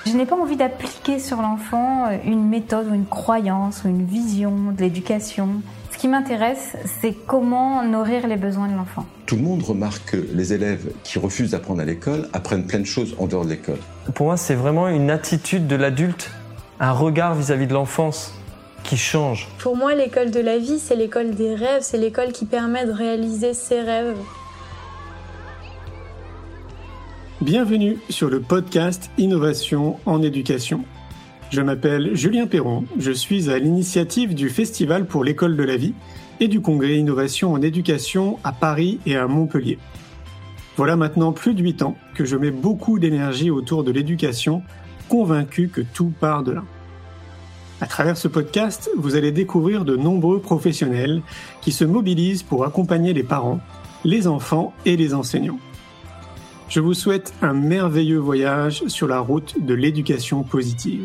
Je n'ai pas envie d'appliquer sur l'enfant une méthode ou une croyance ou une vision de l'éducation. Ce qui m'intéresse, c'est comment nourrir les besoins de l'enfant. Tout le monde remarque que les élèves qui refusent d'apprendre à l'école apprennent plein de choses en dehors de l'école. Pour moi, c'est vraiment une attitude de l'adulte, un regard vis-à-vis de l'enfance qui change. Pour moi, l'école de la vie, c'est l'école des rêves, c'est l'école qui permet de réaliser ses rêves. Bienvenue sur le podcast Innovation en éducation. Je m'appelle Julien Perron, je suis à l'initiative du Festival pour l'école de la vie et du Congrès Innovation en éducation à Paris et à Montpellier. Voilà maintenant plus de 8 ans que je mets beaucoup d'énergie autour de l'éducation, convaincu que tout part de là. À travers ce podcast, vous allez découvrir de nombreux professionnels qui se mobilisent pour accompagner les parents, les enfants et les enseignants. Je vous souhaite un merveilleux voyage sur la route de l'éducation positive.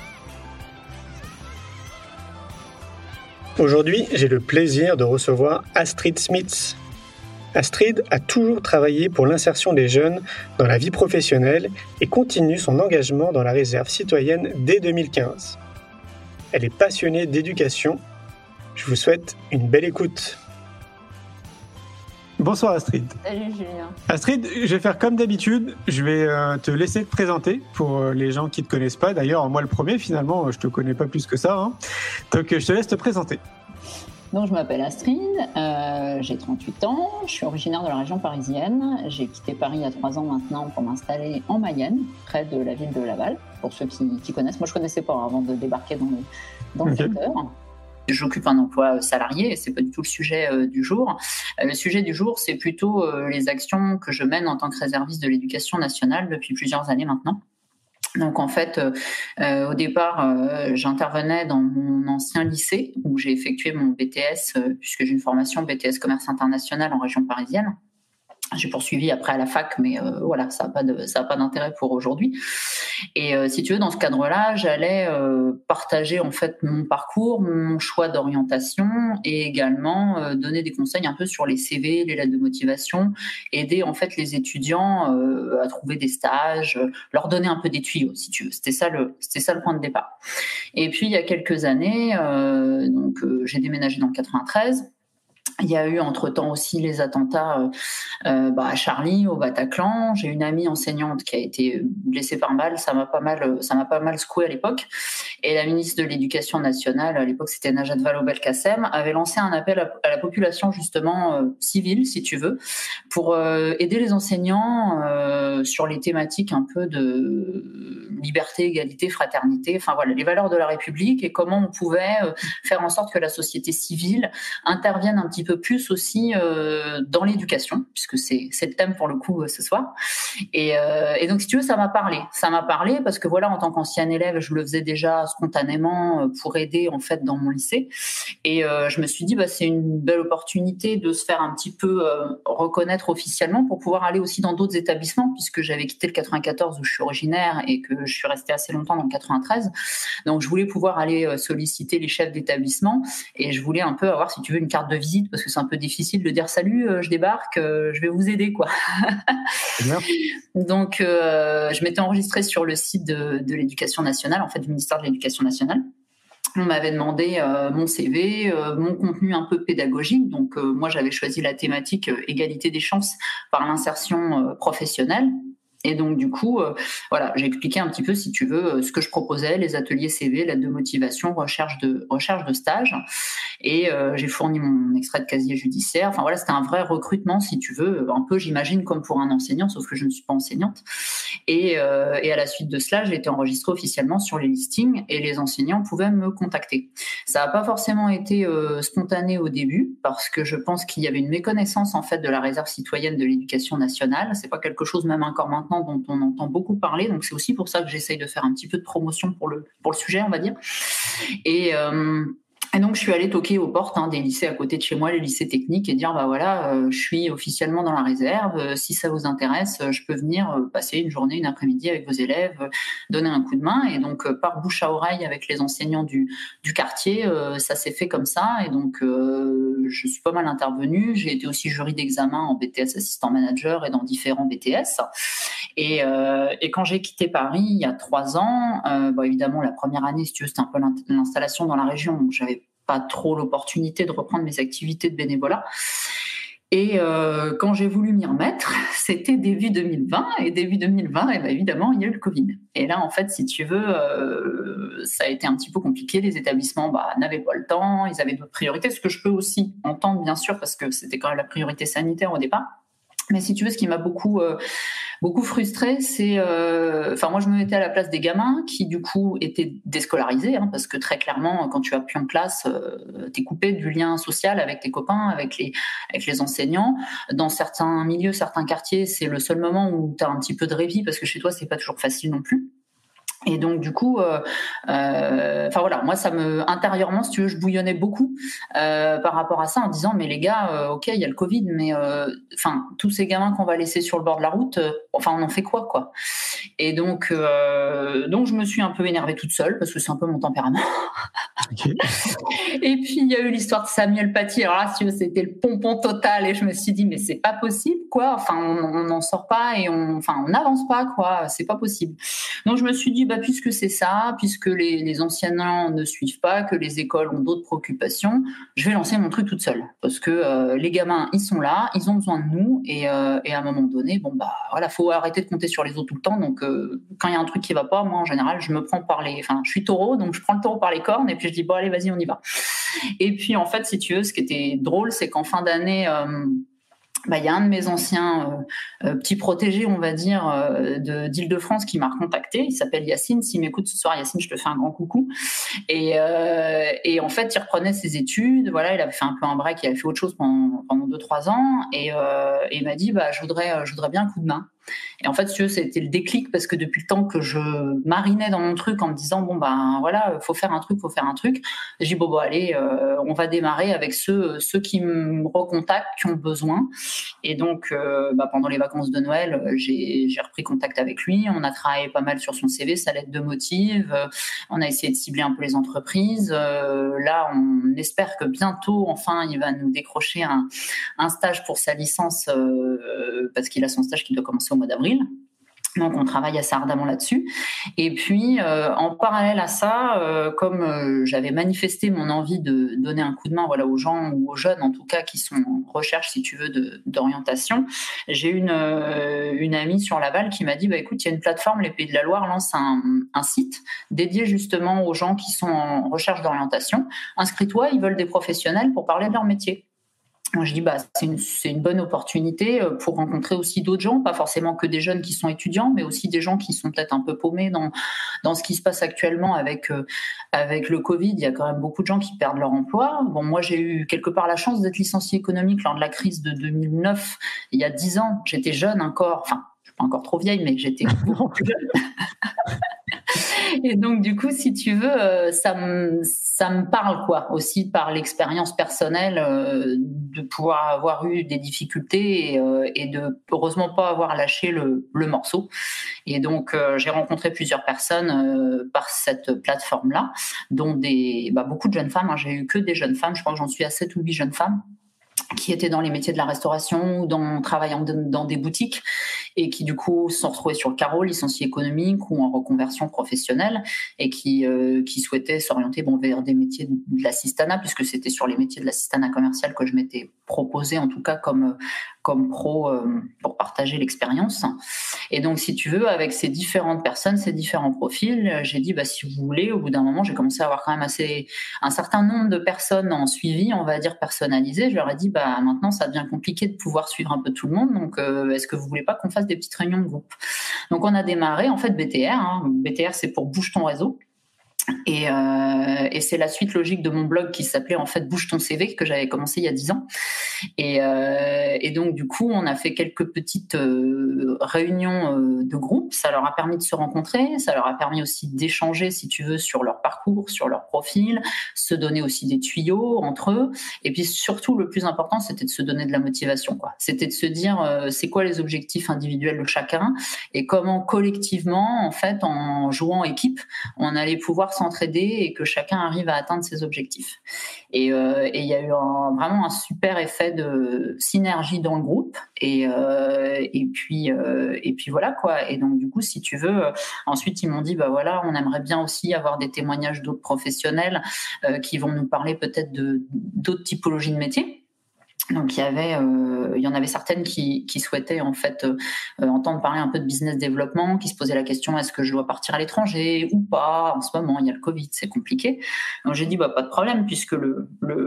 Aujourd'hui, j'ai le plaisir de recevoir Astrid Smits. Astrid a toujours travaillé pour l'insertion des jeunes dans la vie professionnelle et continue son engagement dans la réserve citoyenne dès 2015. Elle est passionnée d'éducation. Je vous souhaite une belle écoute. Bonsoir Astrid. Salut Julien. Astrid, je vais faire comme d'habitude, je vais te laisser te présenter pour les gens qui ne te connaissent pas. D'ailleurs, moi le premier, finalement, je ne te connais pas plus que ça. Donc je te laisse te présenter. Donc, je m'appelle Astrid, j'ai 38 ans, je suis originaire de la région parisienne. J'ai quitté Paris il y a 3 ans maintenant pour m'installer en Mayenne, près de la ville de Laval, pour ceux qui connaissent. Moi, je ne connaissais pas avant de débarquer dans le secteur. J'occupe un emploi salarié et c'est pas du tout le sujet du jour. Le sujet du jour, c'est plutôt les actions que je mène en tant que réserviste de l'éducation nationale depuis plusieurs années maintenant. Donc en fait, au départ, j'intervenais dans mon ancien lycée où j'ai effectué mon BTS, puisque j'ai une formation BTS commerce international en région parisienne. J'ai poursuivi après à la fac, mais voilà, ça a pas d'intérêt pour aujourd'hui. Et si tu veux, dans ce cadre-là, j'allais partager en fait mon parcours, mon choix d'orientation, et également donner des conseils un peu sur les CV, les lettres de motivation, aider en fait les étudiants à trouver des stages, leur donner un peu des tuyaux, si tu veux. C'était ça le point de départ. Et puis il y a quelques années, j'ai déménagé dans le 93. Il y a eu entre-temps aussi les attentats à Charlie, au Bataclan. J'ai une amie enseignante qui a été blessée par balle. Ça m'a pas mal secoué à l'époque. Et la ministre de l'Éducation nationale, à l'époque c'était Najat Vallaud-Belkacem, avait lancé un appel à la population justement civile, si tu veux, pour aider les enseignants sur les thématiques un peu de liberté, égalité, fraternité. Enfin voilà, les valeurs de la République et comment on pouvait faire en sorte que la société civile intervienne un petit peu plus aussi dans l'éducation, puisque c'est le thème pour le coup ce soir. Et donc si tu veux, ça m'a parlé parce que voilà, en tant qu'ancien élève, je le faisais déjà spontanément pour aider en fait dans mon lycée. Et je me suis dit c'est une belle opportunité de se faire un petit peu reconnaître officiellement pour pouvoir aller aussi dans d'autres établissements, puisque j'avais quitté le 94 où je suis originaire et que je suis restée assez longtemps dans le 93. Donc je voulais pouvoir aller solliciter les chefs d'établissement et je voulais un peu avoir, si tu veux, une carte de visite, parce que c'est un peu difficile de dire salut, je débarque, je vais vous aider quoi. Donc je m'étais enregistrée sur le site de l'éducation nationale, en fait du ministère de l'éducation nationale. On m'avait demandé mon CV, mon contenu un peu pédagogique. Donc moi j'avais choisi la thématique égalité des chances par l'insertion professionnelle. Et donc, du coup, j'ai expliqué un petit peu, si tu veux, ce que je proposais, les ateliers CV, l'aide de motivation, recherche de stage. Et j'ai fourni mon extrait de casier judiciaire. Enfin, voilà, c'était un vrai recrutement, si tu veux, un peu, j'imagine, comme pour un enseignant, sauf que je ne suis pas enseignante. Et à la suite de cela, j'ai été enregistrée officiellement sur les listings et les enseignants pouvaient me contacter. Ça n'a pas forcément été spontané au début, parce que je pense qu'il y avait une méconnaissance, en fait, de la réserve citoyenne de l'éducation nationale. C'est pas quelque chose, même encore maintenant, dont on entend beaucoup parler, donc c'est aussi pour ça que j'essaye de faire un petit peu de promotion pour le sujet, on va dire. Et donc je suis allée toquer aux portes des lycées à côté de chez moi, les lycées techniques, et dire je suis officiellement dans la réserve, si ça vous intéresse, je peux venir passer une journée, une après-midi avec vos élèves, donner un coup de main. Et donc par bouche à oreille avec les enseignants du quartier, ça s'est fait comme ça. Et donc je suis pas mal intervenue. J'ai été aussi jury d'examen en BTS assistant manager et dans différents BTS. Et quand j'ai quitté Paris il y a 3 ans, évidemment la première année, si tu veux, c'était un peu l'installation dans la région, donc j'avais pas trop l'opportunité de reprendre mes activités de bénévolat. Et quand j'ai voulu m'y remettre, c'était début 2020. Et début 2020, évidemment, il y a eu le Covid. Et là, en fait, si tu veux, ça a été un petit peu compliqué. Les établissements n'avaient pas le temps, ils avaient d'autres priorités, ce que je peux aussi entendre, bien sûr, parce que c'était quand même la priorité sanitaire au départ. Mais si tu veux, ce qui m'a beaucoup frustrée, c'est... moi, je me mettais à la place des gamins qui, du coup, étaient déscolarisés, parce que très clairement, quand tu vas plus en classe, t'es coupé du lien social avec tes copains, avec les enseignants. Dans certains milieux, certains quartiers, c'est le seul moment où t'as un petit peu de répit, parce que chez toi, c'est pas toujours facile non plus. Et donc du coup, moi intérieurement, si tu veux, je bouillonnais beaucoup par rapport à ça, en disant mais les gars, ok, il y a le Covid, mais tous ces gamins qu'on va laisser sur le bord de la route, on en fait quoi. Et donc je me suis un peu énervée toute seule parce que c'est un peu mon tempérament. Okay. Et puis il y a eu l'histoire de Samuel Paty. Alors là, si tu veux, c'était le pompon total, et je me suis dit mais c'est pas possible quoi. On n'en sort pas et on n'avance pas quoi. C'est pas possible. Donc je me suis dit puisque c'est ça, puisque les enseignants ne suivent pas, que les écoles ont d'autres préoccupations, je vais lancer mon truc toute seule. Parce que les gamins, ils sont là, ils ont besoin de nous, et à un moment donné, faut arrêter de compter sur les autres tout le temps. Donc quand il y a un truc qui va pas, moi en général, je me prends je suis taureau, donc je prends le taureau par les cornes et puis je dis allez, vas-y, on y va. Et puis en fait, si tu veux, ce qui était drôle, c'est qu'en fin d'année, il y a un de mes anciens petits protégés, on va dire, d'Île-de-France qui m'a recontacté. Il s'appelle Yacine. S'il m'écoute ce soir, Yacine, je te fais un grand coucou. Et en fait, il reprenait ses études. Voilà, il avait fait un peu un break, il avait fait autre chose pendant 2-3 ans. Et il m'a dit, je voudrais bien un coup de main. Et en fait, si tu veux, c'était le déclic, parce que depuis le temps que je marinais dans mon truc en me disant faut faire un truc. J'ai dit allez, on va démarrer avec ceux qui me recontactent, qui ont besoin. Et donc pendant les vacances de Noël, j'ai repris contact avec lui. On a travaillé pas mal sur son CV, sa lettre de motive. On a essayé de cibler un peu les entreprises. Là, on espère que bientôt, enfin, il va nous décrocher un stage pour sa licence, parce qu'il a son stage qui doit commencer au mois d'avril. Donc, on travaille assez ardemment là-dessus. Et puis, en parallèle à ça, comme j'avais manifesté mon envie de donner un coup de main aux gens, ou aux jeunes en tout cas, qui sont en recherche, si tu veux, d'orientation, j'ai une amie sur Laval qui m'a dit écoute, il y a une plateforme, les Pays de la Loire lance un site dédié justement aux gens qui sont en recherche d'orientation. Inscris-toi, ils veulent des professionnels pour parler de leur métier. Moi, je dis c'est une bonne opportunité pour rencontrer aussi d'autres gens, pas forcément que des jeunes qui sont étudiants, mais aussi des gens qui sont peut-être un peu paumés dans ce qui se passe actuellement avec le Covid. Il y a quand même beaucoup de gens qui perdent leur emploi. Bon, moi, j'ai eu quelque part la chance d'être licenciée économique lors de la crise de 2009. Il y a 10 ans, j'étais jeune encore. Enfin, je suis pas encore trop vieille, mais j'étais beaucoup plus jeune. Et donc, du coup, si tu veux, ça me parle, quoi, aussi par l'expérience personnelle de pouvoir avoir eu des difficultés et de, heureusement, pas avoir lâché le morceau. Et donc, j'ai rencontré plusieurs personnes par cette plateforme-là, dont beaucoup de jeunes femmes. J'ai eu que des jeunes femmes. Je crois que j'en suis à 7 ou 8 jeunes femmes qui étaient dans les métiers de la restauration ou travaillant dans des boutiques, et qui du coup se sont retrouvés sur le carreau, licenciés économiques ou en reconversion professionnelle, et qui souhaitaient s'orienter vers des métiers de l'assistanat, puisque c'était sur les métiers de l'assistanat commercial que je m'étais proposée, en tout cas comme pro, pour partager l'expérience. Et donc, si tu veux, avec ces différentes personnes, ces différents profils, j'ai dit, si vous voulez, au bout d'un moment, j'ai commencé à avoir quand même un certain nombre de personnes en suivi, on va dire personnalisé. Je leur ai dit, maintenant, ça devient compliqué de pouvoir suivre un peu tout le monde. Donc, est-ce que vous voulez pas qu'on fasse des petites réunions de groupe? Donc, on a démarré, en fait, BTR. BTR, c'est pour Bouge ton réseau. Et c'est la suite logique de mon blog qui s'appelait en fait Bouge ton CV, que j'avais commencé il y a 10 ans. Et donc du coup, on a fait quelques petites réunions de groupe. Ça leur a permis de se rencontrer, ça leur a permis aussi d'échanger, si tu veux, sur leur parcours, sur leur profil. profil, se donner aussi des tuyaux entre eux. Et puis surtout, le plus important, c'était de se donner de la motivation, quoi. C'était de se dire, c'est quoi les objectifs individuels de chacun et comment collectivement, en fait, en jouant équipe, on allait pouvoir s'entraider et que chacun arrive à atteindre ses objectifs. Et il y a eu vraiment un super effet de synergie dans le groupe. Et puis voilà, quoi. Et donc, du coup, si tu veux, ensuite, ils m'ont dit, bah voilà, on aimerait bien aussi avoir des témoignages d'autres professionnels qui vont nous parler peut-être d'autres typologies de métiers. Donc il y en avait certaines qui souhaitaient en fait entendre parler un peu de business développement, qui se posaient la question, est-ce que je dois partir à l'étranger ou pas? En ce moment, il y a le Covid, c'est compliqué. Donc j'ai dit, bah pas de problème, puisque le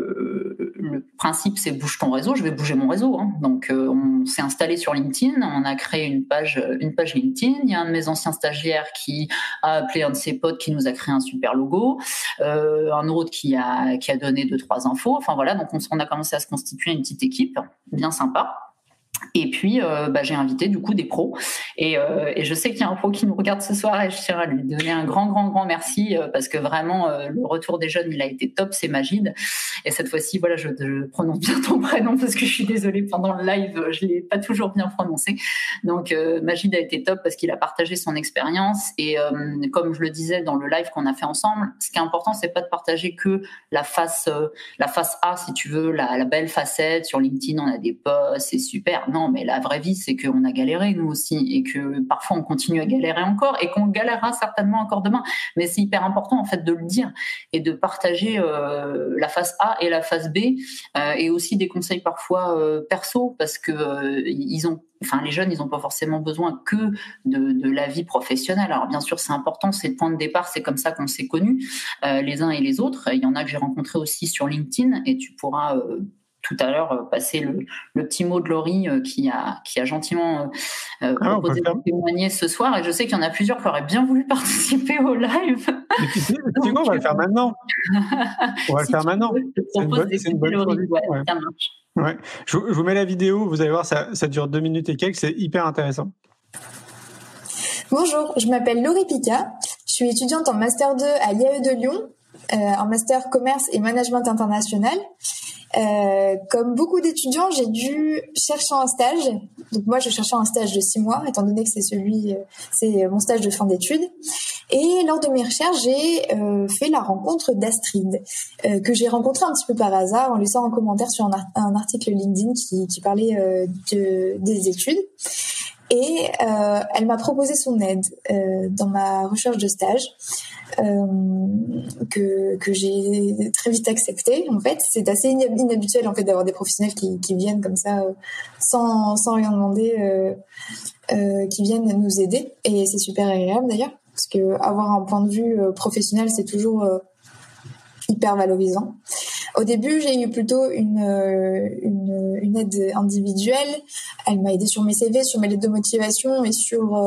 principe c'est bouge ton réseau, je vais bouger mon réseau, hein. Donc on s'est installé sur LinkedIn, on a créé une page LinkedIn. Il y a un de mes anciens stagiaires qui a appelé un de ses potes qui nous a créé un super logo, un autre qui a donné 2-3 infos. Enfin voilà, donc on a commencé à se constituer une petite équipe bien sympa. Et puis, j'ai invité du coup des pros. Et je sais qu'il y a un pro qui nous regarde ce soir et je tiens à lui donner un grand merci parce que vraiment, le retour des jeunes, il a été top, c'est Magid. Et cette fois-ci, voilà, je prononce bien ton prénom parce que je suis désolée, pendant le live, je ne l'ai pas toujours bien prononcé. Donc, Magid a été top parce qu'il a partagé son expérience. Et comme je le disais dans le live qu'on a fait ensemble, ce qui est important, c'est pas de partager que la face A, si tu veux, la belle facette. Sur LinkedIn, on a des posts, c'est super. Non, mais la vraie vie, c'est qu'on a galéré, nous aussi, et que parfois, on continue à galérer encore, et qu'on galérera certainement encore demain. Mais c'est hyper important, en fait, de le dire et de partager la face A et la face B, et aussi des conseils parfois perso, parce que les jeunes, ils n'ont pas forcément besoin que de la vie professionnelle. Alors, bien sûr, c'est important, c'est le point de départ, c'est comme ça qu'on s'est connus, les uns et les autres. Il y en a que j'ai rencontrés aussi sur LinkedIn, et tu pourras... tout à l'heure passer le petit mot de Laurie qui a gentiment proposé de témoigner ce soir, et je sais qu'il y en a plusieurs qui auraient bien voulu participer au live. Mais tu sais quoi, on va le faire maintenant. C'est une bonne chose. Ouais. Ça marche. Ouais. Je vous mets la vidéo, vous allez voir, ça dure 2 minutes et quelques, c'est hyper intéressant. Bonjour, je m'appelle Laurie Pica, je suis étudiante en Master 2 à l'IAE de Lyon, en Master Commerce et Management International. Comme beaucoup d'étudiants, j'ai dû chercher un stage. Donc moi, je cherchais un stage de 6 mois, étant donné que c'est mon stage de fin d'études. Et lors de mes recherches, j'ai fait la rencontre d'Astrid, que j'ai rencontrée un petit peu par hasard en laissant un commentaire sur un article LinkedIn qui parlait des études. Et elle m'a proposé son aide dans ma recherche de stage, que j'ai très vite accepté. En fait, c'est assez inhabituel en fait d'avoir des professionnels qui viennent comme ça sans rien demander, qui viennent nous aider. Et c'est super agréable d'ailleurs, parce que avoir un point de vue professionnel, c'est toujours hyper valorisant. Au début, j'ai eu plutôt une aide individuelle. Elle m'a aidée sur mes CV, sur mes lettres de motivation et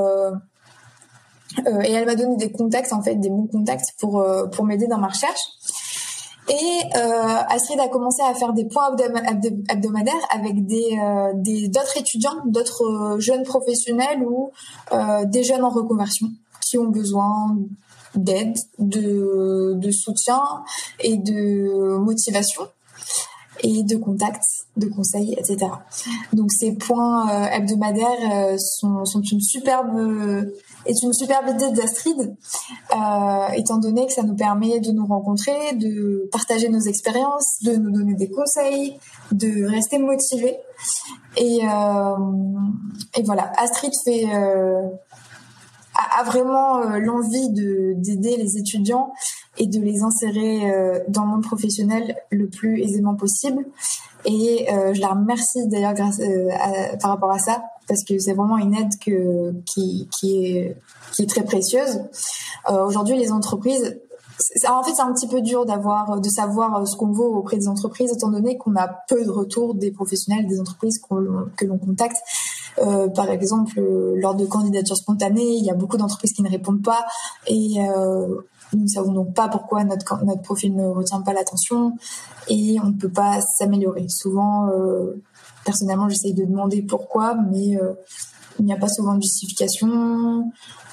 et elle m'a donné des contacts, en fait, des bons contacts pour m'aider dans ma recherche. Et Astrid a commencé à faire des points hebdomadaires avec d'autres étudiants, d'autres jeunes professionnels ou des jeunes en reconversion qui ont besoin d'aide, de soutien et de motivation et de contacts, de conseils, etc. Donc ces points hebdomadaires sont une superbe idée d'Astrid, étant donné que ça nous permet de nous rencontrer, de partager nos expériences, de nous donner des conseils, de rester motivés. Et voilà, Astrid a vraiment l'envie d'aider les étudiants et de les insérer dans le monde professionnel le plus aisément possible. Et je la remercie d'ailleurs par rapport à ça, parce que c'est vraiment une aide qui est très précieuse. Aujourd'hui, les entreprises, en fait, c'est un petit peu dur de savoir ce qu'on vaut auprès des entreprises, étant donné qu'on a peu de retours des professionnels des entreprises que l'on contacte. Par exemple, lors de candidatures spontanées, il y a beaucoup d'entreprises qui ne répondent pas et nous ne savons donc pas pourquoi notre profil ne retient pas l'attention et on ne peut pas s'améliorer. Souvent, personnellement, j'essaye de demander pourquoi, mais il n'y a pas souvent de justification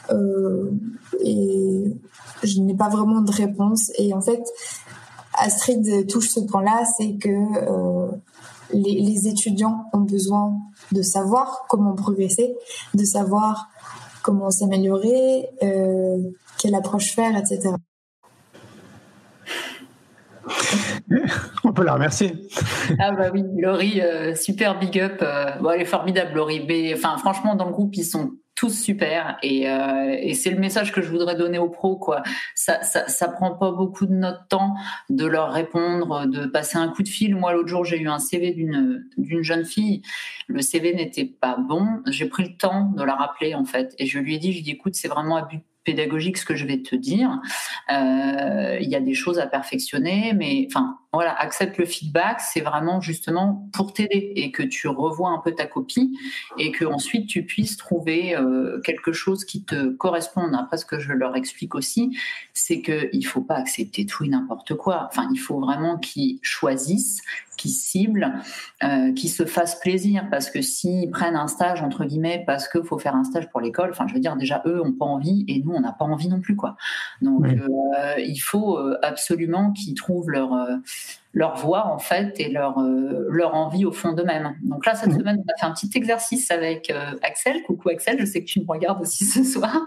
et je n'ai pas vraiment de réponse. Et en fait, Astrid touche ce point-là, c'est que les étudiants ont besoin de savoir comment progresser, de savoir comment s'améliorer, quelle approche faire, etc. On peut la remercier. Ah bah oui, Laurie, super big up. Bon, elle est formidable, Laurie. Mais enfin, franchement, dans le groupe, ils sont tous super et c'est le message que je voudrais donner aux pros, quoi. Ça prend pas beaucoup de notre temps de leur répondre, de passer un coup de fil. Moi, l'autre jour, j'ai eu un CV d'une jeune fille. Le CV n'était pas bon. J'ai pris le temps de la rappeler, en fait, et je lui ai dit, écoute, c'est vraiment à but pédagogique ce que je vais te dire. Il y a des choses à perfectionner, mais enfin voilà, accepte le feedback, c'est vraiment justement pour t'aider et que tu revois un peu ta copie et que ensuite tu puisses trouver quelque chose qui te corresponde. Après, ce que je leur explique aussi, c'est que il faut pas accepter tout et n'importe quoi. Enfin, il faut vraiment qu'ils choisissent, qu'ils ciblent, qu'ils se fassent plaisir, parce que s'ils prennent un stage entre guillemets parce qu'il faut faire un stage pour l'école, enfin je veux dire, déjà eux ont pas envie et nous on n'a pas envie non plus, quoi. Donc oui. Il faut absolument qu'ils trouvent leur voie en fait et leur envie au fond d'eux-mêmes. Donc là, cette semaine, on a fait un petit exercice avec Axel. Coucou Axel, je sais que tu me regardes aussi ce soir.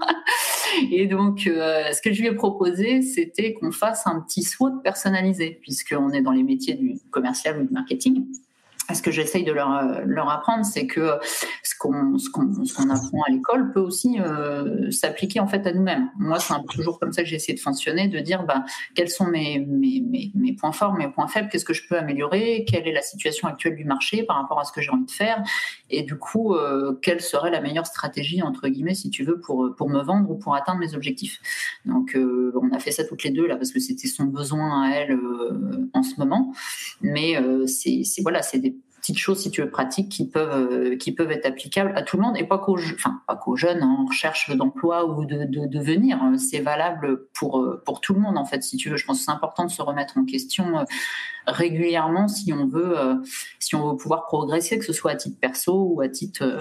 Et donc, ce que je lui ai proposé, c'était qu'on fasse un petit SWOT personnalisé, puisqu'on est dans les métiers du commercial ou du marketing. Ce que j'essaye de leur apprendre, c'est que ce qu'on apprend à l'école peut aussi s'appliquer en fait à nous-mêmes. Moi, c'est toujours comme ça que j'ai essayé de fonctionner, de dire quels sont mes points forts, mes points faibles, qu'est-ce que je peux améliorer, quelle est la situation actuelle du marché par rapport à ce que j'ai envie de faire, et du coup, quelle serait la meilleure stratégie entre guillemets, si tu veux, pour me vendre ou pour atteindre mes objectifs. Donc, on a fait ça toutes les deux là parce que c'était son besoin à elle en ce moment, mais c'est des petites choses, si tu veux, pratiques qui peuvent être applicables à tout le monde et pas qu'aux jeunes en recherche d'emploi ou de devenir. C'est valable pour tout le monde, en fait, si tu veux. Je pense que c'est important de se remettre en question régulièrement si on veut pouvoir progresser, que ce soit à titre perso ou à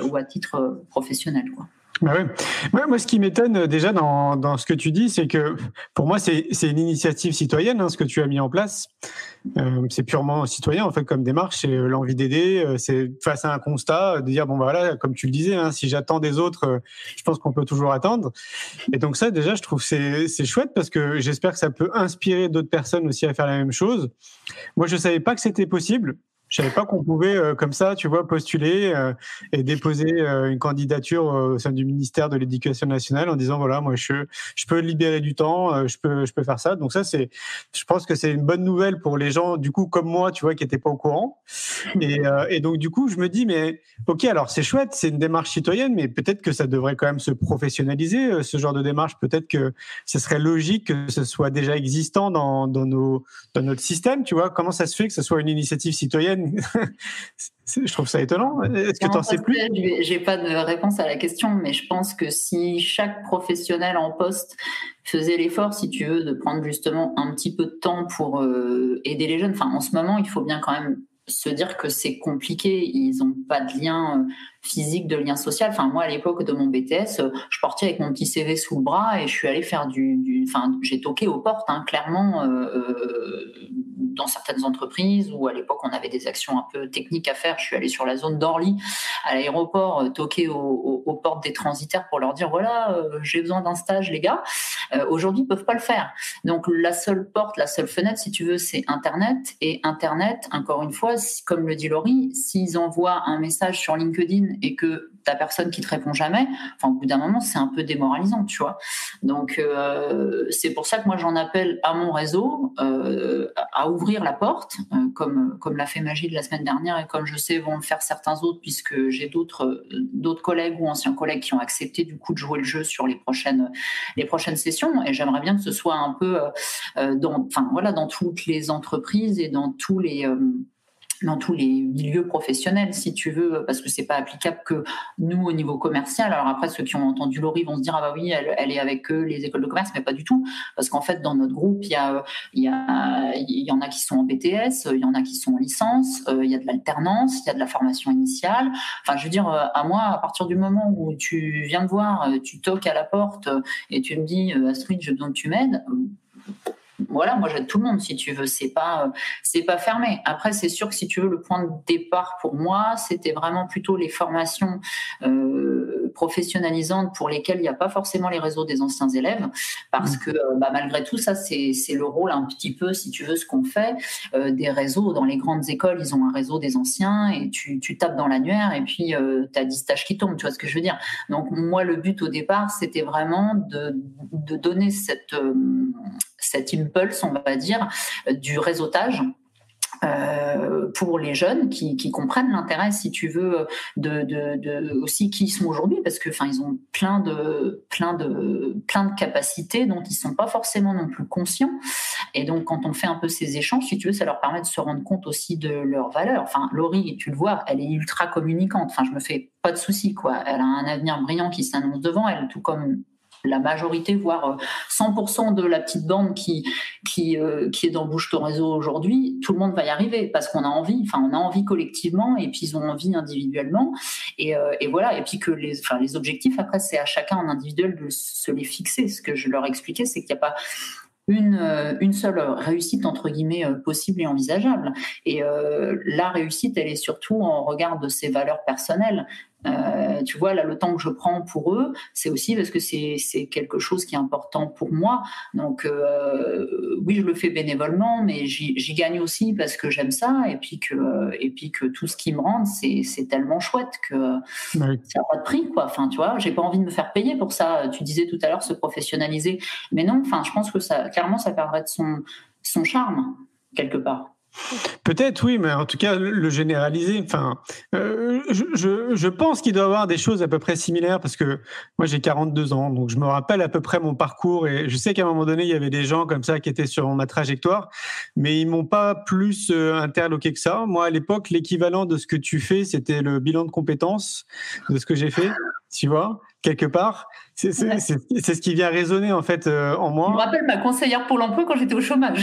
titre professionnel, quoi. Bah ouais. Moi, ce qui m'étonne déjà dans ce que tu dis, c'est que pour moi, c'est une initiative citoyenne, ce que tu as mis en place. C'est purement citoyen, en fait, comme démarche. C'est l'envie d'aider, c'est face à un constat, de dire, bon, voilà, comme tu le disais, si j'attends des autres, je pense qu'on peut toujours attendre. Et donc ça, déjà, je trouve c'est chouette parce que j'espère que ça peut inspirer d'autres personnes aussi à faire la même chose. Moi, je savais pas que c'était possible. Je savais pas qu'on pouvait, comme ça, tu vois, postuler et déposer une candidature au sein du ministère de l'Éducation nationale en disant voilà, moi je peux libérer du temps, je peux faire ça. Donc ça, je pense que c'est une bonne nouvelle pour les gens du coup comme moi, tu vois, qui étaient pas au courant. Et donc du coup, je me dis mais ok, alors c'est chouette, c'est une démarche citoyenne, mais peut-être que ça devrait quand même se professionnaliser ce genre de démarche. Peut-être que ce serait logique que ce soit déjà existant dans notre système, tu vois. Comment ça se fait que ce soit une initiative citoyenne? Je trouve ça étonnant. Est-ce que tu en sais plus? J'ai pas de réponse à la question, mais je pense que si chaque professionnel en poste faisait l'effort, si tu veux, de prendre justement un petit peu de temps pour aider les jeunes. Enfin, en ce moment, il faut bien quand même se dire que c'est compliqué. Ils n'ont pas de lien physique, de lien social. Enfin, moi, à l'époque de mon BTS, je partais avec mon petit CV sous le bras et je suis allée faire j'ai toqué aux portes, clairement, dans certaines entreprises où à l'époque on avait des actions un peu techniques à faire. Je suis allée sur la zone d'Orly à l'aéroport, toquer aux portes des transitaires pour leur dire voilà, j'ai besoin d'un stage, les gars. Aujourd'hui, ils peuvent pas le faire. Donc la seule porte, la seule fenêtre, si tu veux, c'est Internet. Et Internet, encore une fois, comme le dit Laurie, s'ils envoient un message sur LinkedIn et que t'as personne qui te répond jamais, au bout d'un moment, c'est un peu démoralisant, tu vois. Donc, c'est pour ça que moi, j'en appelle à mon réseau à ouvrir la porte, comme l'a fait Magid la semaine dernière et comme je sais vont le faire certains autres, puisque j'ai d'autres collègues ou anciens collègues qui ont accepté du coup de jouer le jeu sur les prochaines sessions. Et j'aimerais bien que ce soit un peu dans toutes les entreprises et dans tous les dans tous les milieux professionnels, si tu veux, parce que c'est pas applicable que nous au niveau commercial. Alors après, ceux qui ont entendu Laurie vont se dire ah bah oui, elle est avec eux, les écoles de commerce, mais pas du tout, parce qu'en fait dans notre groupe il y en a qui sont en BTS, il y en a qui sont en licence, il y a de l'alternance, il y a de la formation initiale. Enfin, je veux dire, à moi, à partir du moment où tu viens me voir, tu toques à la porte et tu me dis Astrid, j'ai besoin que tu m'aides. Voilà, moi j'aide tout le monde si tu veux, c'est pas fermé. Après, c'est sûr que si tu veux, le point de départ pour moi, c'était vraiment plutôt les formations professionnalisantes pour lesquelles il n'y a pas forcément les réseaux des anciens élèves, parce que malgré tout ça, c'est le rôle un petit peu, si tu veux, ce qu'on fait des réseaux. Dans les grandes écoles, ils ont un réseau des anciens et tu tapes dans l'annuaire et puis tu as 10 stages qui tombent, tu vois ce que je veux dire. Donc moi, le but au départ, c'était vraiment de donner cet impulse, on va dire, du réseautage pour les jeunes qui comprennent l'intérêt, si tu veux, de aussi qui ils sont aujourd'hui, parce que ils ont plein de capacités dont ils sont pas forcément non plus conscients. Et donc quand on fait un peu ces échanges, si tu veux, ça leur permet de se rendre compte aussi de leurs valeurs. Enfin, Laurie, tu le vois, elle est ultra communicante. Enfin, je me fais pas de soucis, quoi. Elle a un avenir brillant qui s'annonce devant elle, tout comme la majorité, voire 100% de la petite bande qui est dans Bouge ton réseau aujourd'hui. Tout le monde va y arriver parce qu'on a envie. Enfin, on a envie collectivement et puis ils ont envie individuellement. Et voilà. Et puis que les objectifs, après, c'est à chacun en individuel de se les fixer. Ce que je leur expliquais, c'est qu'il n'y a pas une seule réussite entre guillemets possible et envisageable. Et la réussite, elle est surtout en regard de ses valeurs personnelles. Tu vois, là, le temps que je prends pour eux, c'est aussi parce que c'est quelque chose qui est important pour moi. Donc, oui, je le fais bénévolement, mais j'y gagne aussi parce que j'aime ça et puis que tout ce qui me rend, c'est tellement chouette que ça n'a pas de prix, quoi. Enfin, tu vois, j'ai pas envie de me faire payer pour ça. Tu disais tout à l'heure se professionnaliser, mais non. Enfin, je pense que ça perdrait de son charme quelque part. Peut-être oui, mais en tout cas le généraliser. Enfin, je pense qu'il doit y avoir des choses à peu près similaires parce que moi j'ai 42 ans, donc je me rappelle à peu près mon parcours et je sais qu'à un moment donné il y avait des gens comme ça qui étaient sur ma trajectoire, mais ils m'ont pas plus interloqué que ça. Moi à l'époque l'équivalent de ce que tu fais, c'était le bilan de compétences de ce que j'ai fait. Tu vois, quelque part, c'est ce qui vient résonner en fait en moi. Je me rappelle ma conseillère pour l'emploi quand j'étais au chômage.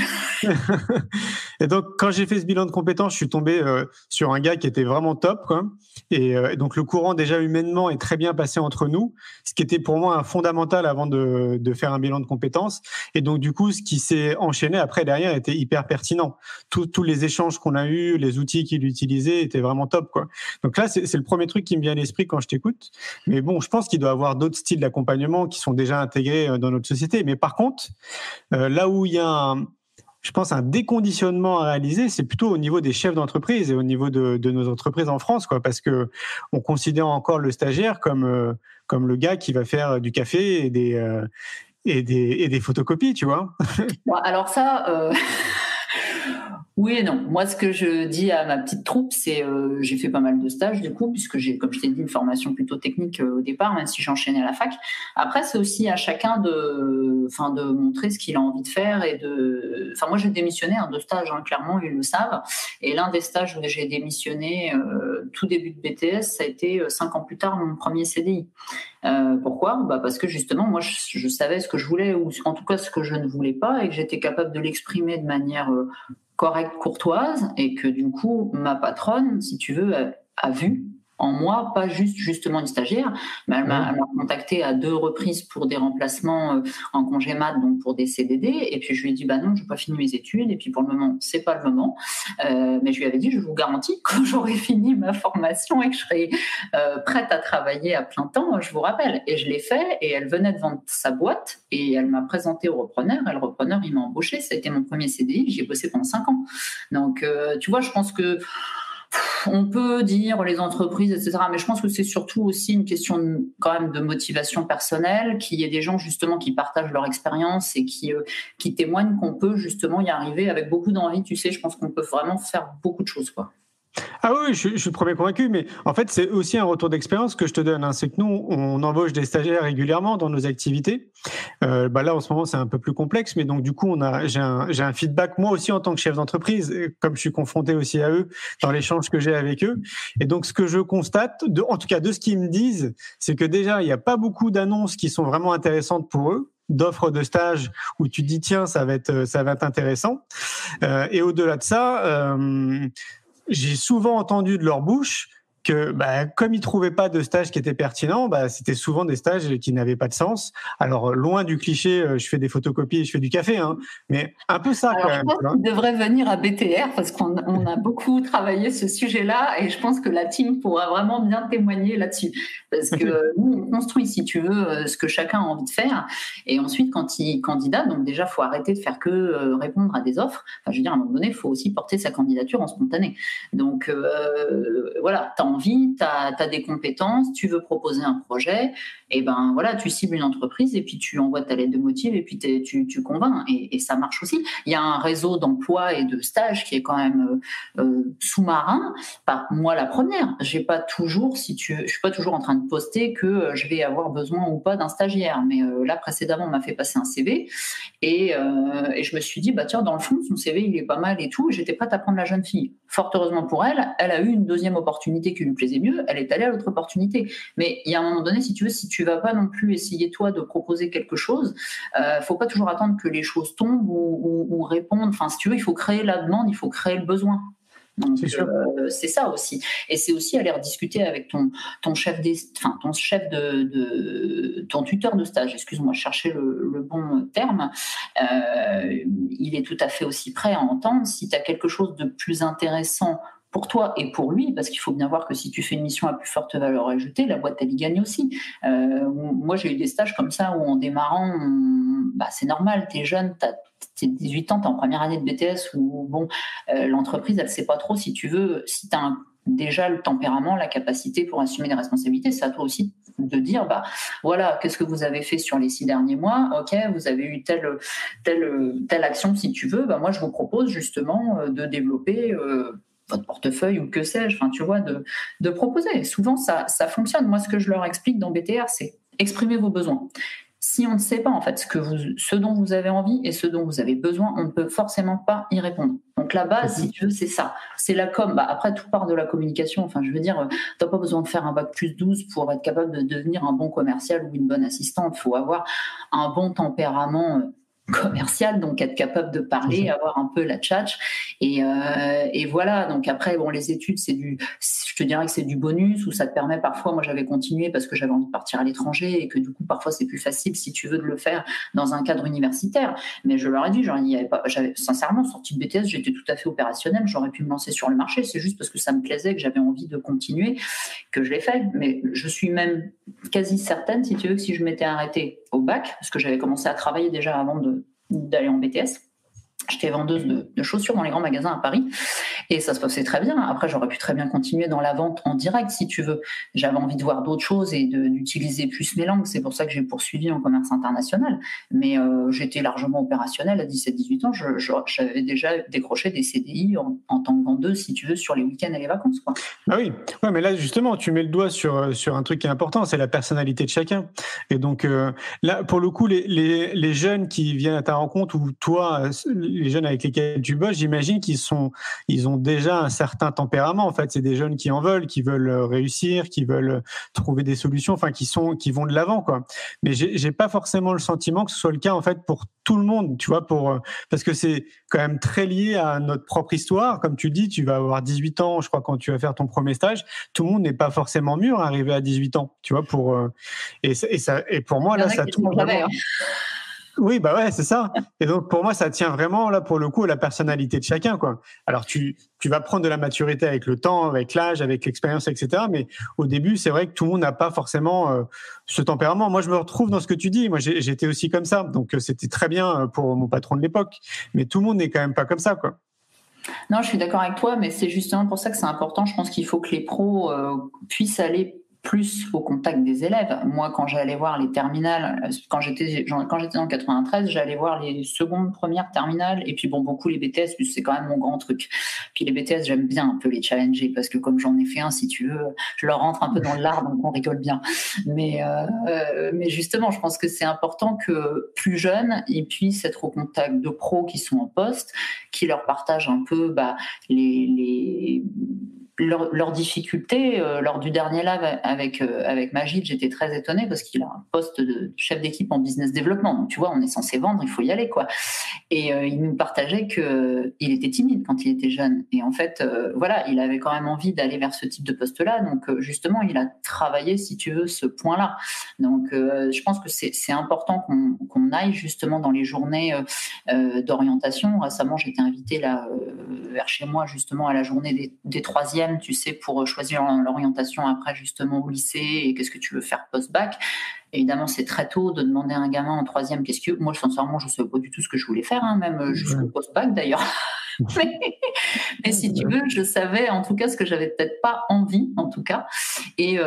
Et donc, quand j'ai fait ce bilan de compétences, je suis tombé sur un gars qui était vraiment top, quoi. Et donc, le courant déjà humainement est très bien passé entre nous, ce qui était pour moi un fondamental avant de faire un bilan de compétences. Et donc, du coup, ce qui s'est enchaîné après derrière était hyper pertinent. Tous les échanges qu'on a eus, les outils qu'il utilisait étaient vraiment top, quoi. Donc là, c'est le premier truc qui me vient à l'esprit quand je t'écoute. Mais bon, je pense qu'il doit y avoir d'autres styles d'accompagnement qui sont déjà intégrés dans notre société. Mais par contre, là où il y a je pense un déconditionnement à réaliser, c'est plutôt au niveau des chefs d'entreprise et au niveau de nos entreprises en France, quoi, parce que on considère encore le stagiaire comme le gars qui va faire du café et des photocopies, tu vois. Bon, alors ça. Oui et non. Moi, ce que je dis à ma petite troupe, c'est j'ai fait pas mal de stages du coup, puisque j'ai, comme je t'ai dit, une formation plutôt technique au départ, même si j'enchaînais à la fac. Après, c'est aussi à chacun de montrer ce qu'il a envie de faire et moi, j'ai démissionné de stages, clairement, ils le savent. Et l'un des stages où j'ai démissionné tout début de BTS, ça a été 5 ans plus tard mon premier CDI. Pourquoi ? Parce que justement, moi, je savais ce que je voulais, ou en tout cas ce que je ne voulais pas, et que j'étais capable de l'exprimer de manière correcte, courtoise, et que du coup, ma patronne, si tu veux, a vu en moi, pas justement une stagiaire, mais elle m'a contacté à 2 reprises pour des remplacements en congé mat, donc pour des CDD, et puis je lui ai dit non, je n'ai pas fini mes études, et puis pour le moment, c'est pas le moment, mais je lui avais dit, je vous garantis, quand j'aurai fini ma formation et que je serai prête à travailler à plein temps, je vous rappelle, et je l'ai fait, et elle venait de vendre sa boîte, et elle m'a présenté au repreneur, et le repreneur, il m'a embauché, ça a été mon premier CDI, j'y ai bossé pendant 5 ans, donc tu vois, je pense que on peut dire les entreprises, etc. Mais je pense que c'est surtout aussi une question quand même de motivation personnelle, qu'il y ait des gens justement qui partagent leur expérience et qui témoignent qu'on peut justement y arriver avec beaucoup d'envie. Tu sais, je pense qu'on peut vraiment faire beaucoup de choses, quoi. Ah oui, je suis le premier convaincu, mais en fait, c'est aussi un retour d'expérience que je te donne. Hein. C'est que nous, on embauche des stagiaires régulièrement dans nos activités. Là, en ce moment, c'est un peu plus complexe, mais donc du coup, j'ai un feedback, moi aussi, en tant que chef d'entreprise, comme je suis confronté aussi à eux, dans l'échange que j'ai avec eux. Et donc, ce que je constate, en tout cas de ce qu'ils me disent, c'est que déjà, il n'y a pas beaucoup d'annonces qui sont vraiment intéressantes pour eux, d'offres de stage où tu te dis, tiens, ça va être intéressant. Et au-delà de ça, j'ai souvent entendu de leur bouche que comme ils trouvaient pas de stage qui était pertinent, c'était souvent des stages qui n'avaient pas de sens. Alors loin du cliché, je fais des photocopies et je fais du café, hein, mais un peu ça. Alors, quand même. Je pense qu'il devrait venir à BTR parce qu'on a beaucoup travaillé ce sujet-là et je pense que la team pourra vraiment bien témoigner là-dessus. Parce que nous, on construit, si tu veux, ce que chacun a envie de faire. Et ensuite, quand il candidate, donc déjà, il faut arrêter de faire que répondre à des offres. Enfin, je veux dire, à un moment donné, il faut aussi porter sa candidature en spontané. Donc, voilà, tu as envie, tu as des compétences, tu veux proposer un projet, et ben voilà, tu cibles une entreprise et puis tu envoies ta lettre de motif et puis tu convaincs. Et ça marche aussi. Il y a un réseau d'emploi et de stages qui est quand même sous-marin. Moi, la première, je suis pas toujours en train de poster que je vais avoir besoin ou pas d'un stagiaire. Mais là, précédemment, on m'a fait passer un CV et je me suis dit, tiens, dans le fond, son CV, il est pas mal et tout. J'étais prête à prendre la jeune fille. Fort heureusement pour elle, elle a eu une deuxième opportunité qui lui plaisait mieux. Elle est allée à l'autre opportunité. Mais il y a un moment donné, si tu vas pas non plus essayer, toi, de proposer quelque chose, faut pas toujours attendre que les choses tombent ou répondre. Enfin, si tu veux, il faut créer la demande, il faut créer le besoin. Donc, c'est ça aussi. Et c'est aussi aller rediscuter avec ton tuteur de stage. Excuse-moi, je cherchais le bon terme. Il est tout à fait aussi prêt à entendre si tu as quelque chose de plus intéressant pour toi et pour lui, parce qu'il faut bien voir que si tu fais une mission à plus forte valeur ajoutée, la boîte, elle y gagne aussi. Moi, j'ai eu des stages comme ça où en démarrant, c'est normal, t'es jeune, t'as 18 ans, t'es en première année de BTS, où l'entreprise, elle sait pas trop si tu veux, si t'as déjà le tempérament, la capacité pour assumer des responsabilités. C'est à toi aussi de dire, voilà, qu'est-ce que vous avez fait sur les 6 derniers mois? Ok, vous avez eu telle action, si tu veux. Moi, je vous propose justement de développer votre portefeuille ou que sais-je, tu vois, de proposer. Souvent, ça fonctionne. Moi, ce que je leur explique dans BTR, c'est exprimer vos besoins. Si on ne sait pas, en fait, ce dont vous avez envie et ce dont vous avez besoin, on ne peut forcément pas y répondre. Donc, la base, si tu veux, c'est ça. C'est la com. Après, tout part de la communication. Enfin, je veux dire, tu n'as pas besoin de faire un bac plus 12 pour être capable de devenir un bon commercial ou une bonne assistante. Il faut avoir un bon tempérament commercial, donc être capable de parler, avoir un peu la tchatch et voilà. Donc après, les études, je te dirais que c'est du bonus, ou ça te permet parfois, moi j'avais continué parce que j'avais envie de partir à l'étranger et que du coup parfois c'est plus facile si tu veux de le faire dans un cadre universitaire. Mais je leur ai dit, j'avais sincèrement sorti de BTS, j'étais tout à fait opérationnelle, j'aurais pu me lancer sur le marché, c'est juste parce que ça me plaisait, que j'avais envie de continuer, que je l'ai fait. Mais je suis même quasi certaine, si tu veux, que si je m'étais arrêtée au bac, parce que j'avais commencé à travailler déjà avant d'aller en BTS. J'étais vendeuse de chaussures dans les grands magasins à Paris et ça se passait très bien. Après, j'aurais pu très bien continuer dans la vente en direct, si tu veux. J'avais envie de voir d'autres choses et d'utiliser plus mes langues. C'est pour ça que j'ai poursuivi en commerce international. Mais j'étais largement opérationnelle à 17-18 ans. J'avais déjà décroché des CDI en tant que vendeuse, si tu veux, sur les week-ends et les vacances, quoi. Ah oui, ouais, mais là, justement, tu mets le doigt sur un truc qui est important, c'est la personnalité de chacun. Et donc, là, pour le coup, les jeunes qui viennent à ta rencontre, ou toi, les jeunes avec lesquels tu bosses, j'imagine ils ont déjà un certain tempérament. En fait, c'est des jeunes qui veulent réussir, qui veulent trouver des solutions, enfin, qui vont de l'avant, quoi. Mais j'ai pas forcément le sentiment que ce soit le cas, en fait, pour tout le monde, tu vois, parce que c'est quand même très lié à notre propre histoire. Comme tu dis, tu vas avoir 18 ans, je crois, quand tu vas faire ton premier stage. Tout le monde n'est pas forcément mûr à arriver à 18 ans, tu vois, et pour moi, là, ça tourne vraiment. Oui, ouais, c'est ça. Et donc, pour moi, ça tient vraiment, là, pour le coup, à la personnalité de chacun, quoi. Alors, tu vas prendre de la maturité avec le temps, avec l'âge, avec l'expérience, etc. Mais au début, c'est vrai que tout le monde n'a pas forcément ce tempérament. Moi, je me retrouve dans ce que tu dis. Moi, j'étais aussi comme ça. Donc, c'était très bien pour mon patron de l'époque. Mais tout le monde n'est quand même pas comme ça, quoi. Non, je suis d'accord avec toi, mais c'est justement pour ça que c'est important. Je pense qu'il faut que les pros puissent aller plus au contact des élèves. Moi, quand j'allais voir les terminales, quand j'étais en 93, j'allais voir les secondes, premières terminales, et puis beaucoup les BTS, puisque c'est quand même mon grand truc. Puis les BTS, j'aime bien un peu les challenger, parce que comme j'en ai fait un, si tu veux, je leur rentre un peu dans l'art, donc on rigole bien. Mais justement, je pense que c'est important que plus jeunes, ils puissent être au contact de pros qui sont en poste, qui leur partagent un peu leurs difficultés. Lors du dernier live avec Majid, j'étais très étonnée parce qu'il a un poste de chef d'équipe en business développement. Donc tu vois, on est censé vendre, il faut y aller, quoi. Et il nous partageait qu'il était timide quand il était jeune. Et en fait, il avait quand même envie d'aller vers ce type de poste-là. Donc justement, il a travaillé, si tu veux, ce point-là. Donc je pense que c'est important qu'on aille justement dans les journées d'orientation. Récemment, j'étais invitée là vers chez moi justement à la journée des troisièmes, tu sais, pour choisir l'orientation après justement au lycée et qu'est-ce que tu veux faire post-bac. Évidemment, c'est très tôt de demander à un gamin en troisième moi, sincèrement, je ne savais pas du tout ce que je voulais faire, même jusqu'au post-bac d'ailleurs. mais si tu veux, je savais en tout cas ce que j'avais peut-être pas envie, en tout cas, et